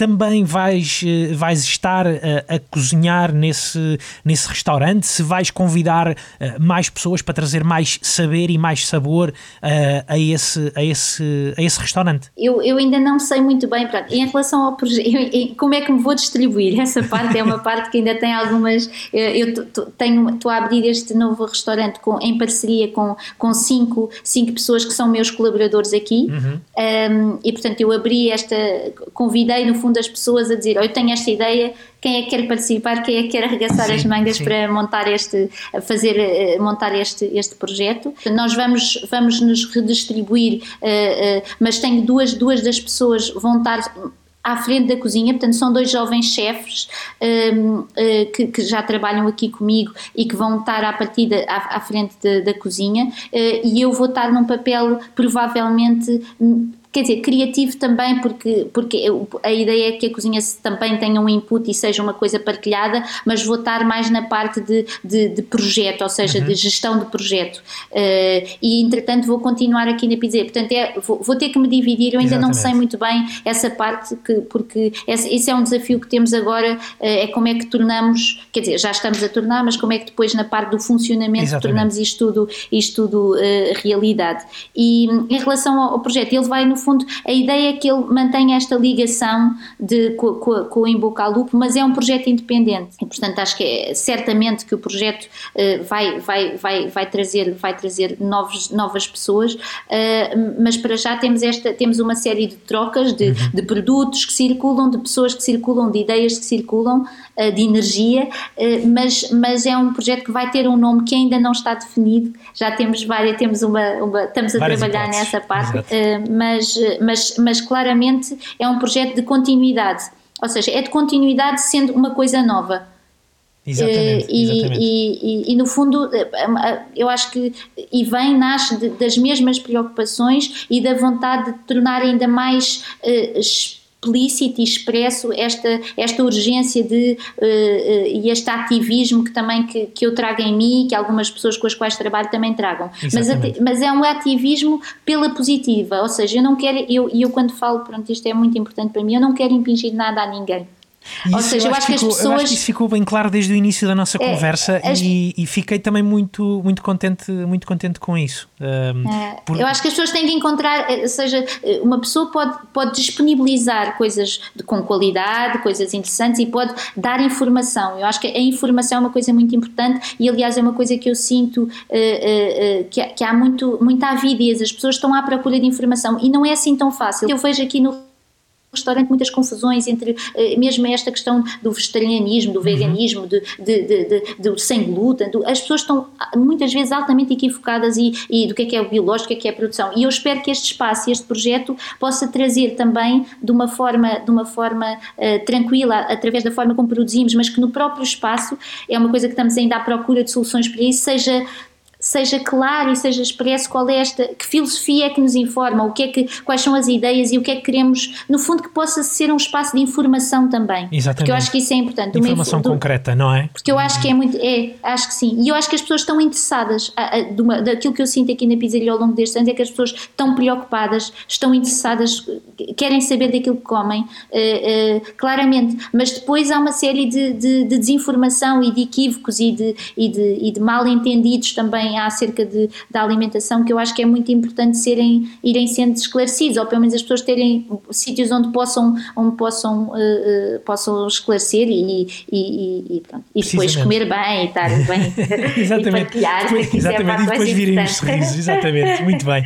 [SPEAKER 2] também vais, vais estar a, a cozinhar nesse, nesse restaurante, se vais convidar mais pessoas para trazer mais saber e mais sabor a, a, esse, a, esse, a esse restaurante.
[SPEAKER 1] Eu, eu ainda não sei muito bem, pronto, em relação ao projeto, como é que me vou distribuir, essa parte é uma parte que ainda tem algumas, eu estou a abrir este novo restaurante com, em parceria com, com cinco, cinco pessoas que são meus colaboradores aqui, uhum. um, e portanto eu abri esta, convidei no fundo as pessoas a dizer, oh, eu tenho esta ideia, quem é que quer participar, quem é que quer arregaçar sim, as mangas sim. para montar este, fazer, montar este, este projeto. Nós vamos, vamos nos redistribuir, uh, uh, mas tenho duas, duas das pessoas vão estar à frente da cozinha, portanto são dois jovens chefes um, uh, que, que já trabalham aqui comigo e que vão estar à partida à, à frente de, da cozinha, uh, e eu vou estar num papel provavelmente... Quer dizer, criativo também, porque, porque a ideia é que a cozinha também tenha um input e seja uma coisa partilhada, mas vou estar mais na parte de, de, de projeto, ou seja, uhum. de gestão de projeto. Uh, e, entretanto, vou continuar aqui na pizzeria. Portanto, é, vou, vou ter que me dividir, eu ainda Exatamente. Não sei muito bem essa parte, que, porque esse, esse é um desafio que temos agora, uh, é como é que tornamos, quer dizer, já estamos a tornar, mas como é que depois na parte do funcionamento Exatamente. Tornamos isto tudo, isto tudo uh, realidade. E em relação ao, ao projeto, ele vai no fundo, a ideia é que ele mantenha esta ligação de, com, com, com o Em Boca ao Lupo, mas é um projeto independente e portanto acho que é certamente que o projeto uh, vai, vai, vai, vai trazer, vai trazer novos, novas pessoas, uh, mas para já temos, esta, temos uma série de trocas de, uhum. de produtos que circulam, de pessoas que circulam, de ideias que circulam, uh, de energia, uh, mas, mas é um projeto que vai ter um nome que ainda não está definido, já temos várias, temos uma, uma estamos a várias trabalhar hipóteses. Nessa parte, uh, mas Mas, mas claramente é um projeto de continuidade, ou seja, é de continuidade sendo uma coisa nova.
[SPEAKER 2] Exatamente,
[SPEAKER 1] e,
[SPEAKER 2] exatamente.
[SPEAKER 1] E, e, e no fundo eu acho que e vem, nasce de, das mesmas preocupações e da vontade de tornar ainda mais uh, explícito e expresso esta, esta urgência de, uh, uh, e este ativismo que também que, que eu trago em mim, que algumas pessoas com as quais trabalho também tragam, mas, mas é um ativismo pela positiva, ou seja, eu não quero, eu, eu quando falo, pronto, isto é muito importante para mim, eu não quero impingir nada a ninguém.
[SPEAKER 2] Ou seja, eu acho, que, ficou, as pessoas... eu acho que isso ficou bem claro desde o início da nossa é, conversa as... e, e fiquei também muito, muito, contente, muito contente com isso. Um,
[SPEAKER 1] é, por... Eu acho que as pessoas têm que encontrar, ou seja, uma pessoa pode, pode disponibilizar coisas de, com qualidade, coisas interessantes e pode dar informação. Eu acho que a informação é uma coisa muito importante e aliás é uma coisa que eu sinto uh, uh, uh, que, há, que há muito, muita avidez, as pessoas estão à procura de informação e não é assim tão fácil. Eu vejo aqui no restaurante muitas confusões entre uh, mesmo esta questão do vegetarianismo, do veganismo, de, de, de, de, de sem glúten, do, as pessoas estão muitas vezes altamente equivocadas e, e do que é que é o biológico, do que é que é a produção, e eu espero que este espaço e este projeto possa trazer também de uma forma, de uma forma uh, tranquila, através da forma como produzimos, mas que no próprio espaço, é uma coisa que estamos ainda à procura de soluções para isso, seja seja claro e seja expresso qual é esta, que filosofia é que nos informa, o que é que, quais são as ideias e o que é que queremos, no fundo que possa ser um espaço de informação também.
[SPEAKER 2] Exatamente.
[SPEAKER 1] Porque eu acho que isso é importante.
[SPEAKER 2] Informação uma, concreta, não é?
[SPEAKER 1] Porque eu acho que é muito, é, acho que sim, e eu acho que as pessoas estão interessadas, a, a, de uma, daquilo que eu sinto aqui na pizzaria ao longo destes anos é que as pessoas estão preocupadas, estão interessadas, querem saber daquilo que comem, uh, uh, claramente, mas depois há uma série de, de, de desinformação e de equívocos e de, e de, e de mal entendidos também acerca de, da alimentação que eu acho que é muito importante serem, irem sendo esclarecidos, ou pelo menos as pessoas terem sítios onde possam, onde possam, uh, uh, possam esclarecer e, e, e, pronto, e depois comer bem e estar bem
[SPEAKER 2] exatamente.
[SPEAKER 1] E partilhar,
[SPEAKER 2] depois, exatamente, e depois virem os sorrisos, exatamente, muito bem.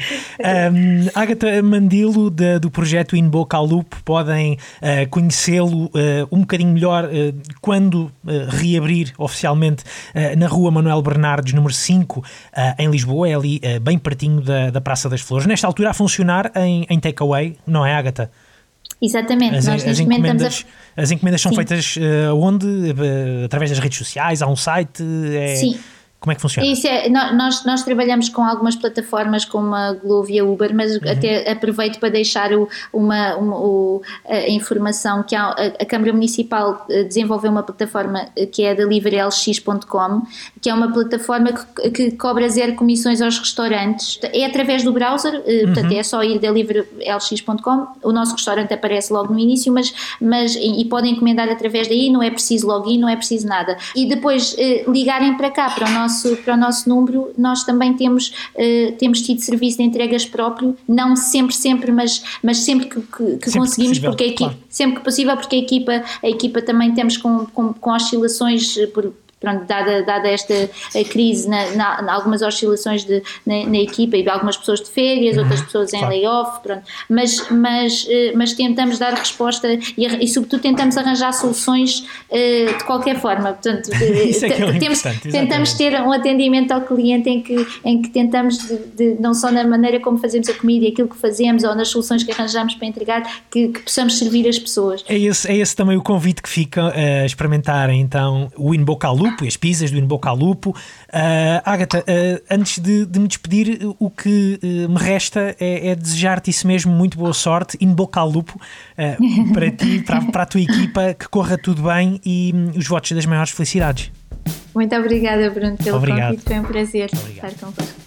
[SPEAKER 2] Um, Ágata Mandilo da, do projeto Em Boca ao Lupo, podem uh, conhecê-lo uh, um bocadinho melhor uh, quando uh, reabrir oficialmente uh, na rua Manuel Bernardes, número cinco, Uh, em Lisboa, é ali uh, bem pertinho da, da Praça das Flores. Nesta altura a funcionar em, em takeaway, não é, Ágata?
[SPEAKER 1] Exatamente.
[SPEAKER 2] As,
[SPEAKER 1] Nós
[SPEAKER 2] as, encomendas, a... as encomendas são
[SPEAKER 1] Sim.
[SPEAKER 2] feitas uh, onde? Uh, através das redes sociais? Há um site? É...
[SPEAKER 1] Sim.
[SPEAKER 2] Como é que funciona?
[SPEAKER 1] Isso é, nós, nós trabalhamos com algumas plataformas como a Glovo e a Uber, mas uhum. até aproveito para deixar o, uma, uma, o, a informação que a, a Câmara Municipal desenvolveu uma plataforma que é a delivery l x ponto com, que é uma plataforma que, que cobra zero comissões aos restaurantes. É através do browser, uhum. portanto é só ir delivery l x ponto com, o nosso restaurante aparece logo no início, mas, mas e, e podem encomendar através daí, não é preciso login, não é preciso nada. E depois eh, ligarem para cá, para o nosso para o nosso número, nós também temos, uh, temos tido serviço de entregas próprio, não sempre, sempre, mas, mas sempre que, que, que sempre conseguimos, possível, porque a equipa, claro. sempre que possível, porque a equipa, a equipa também temos com, com, com oscilações por Pronto, dada, dada esta crise, na, na, na algumas oscilações de, na, na equipa e algumas pessoas de férias, outras pessoas em claro. layoff, pronto. Mas, mas, mas tentamos dar resposta e, e sobretudo tentamos arranjar soluções uh, de qualquer forma. Portanto,
[SPEAKER 2] Isso é que é
[SPEAKER 1] temos, tentamos ter um atendimento ao cliente em que, em que tentamos, de, de, não só na maneira como fazemos a comida e aquilo que fazemos ou nas soluções que arranjamos para entregar, que, que possamos servir as pessoas.
[SPEAKER 2] É esse, é esse também o convite que fica a experimentarem então o In Boca al Lupo e as pizzas do In Boca al Lupo. Uh, Ágata, uh, antes de, de me despedir, o que uh, me resta é, é desejar-te isso mesmo, muito boa sorte, In Boca al Lupo, uh, para ti, para, para a tua equipa, que corra tudo bem e um, os votos das maiores felicidades.
[SPEAKER 1] Muito obrigada, Bruno, pelo
[SPEAKER 2] Obrigado.
[SPEAKER 1] convite, foi um prazer
[SPEAKER 2] Obrigado.
[SPEAKER 1] estar convosco.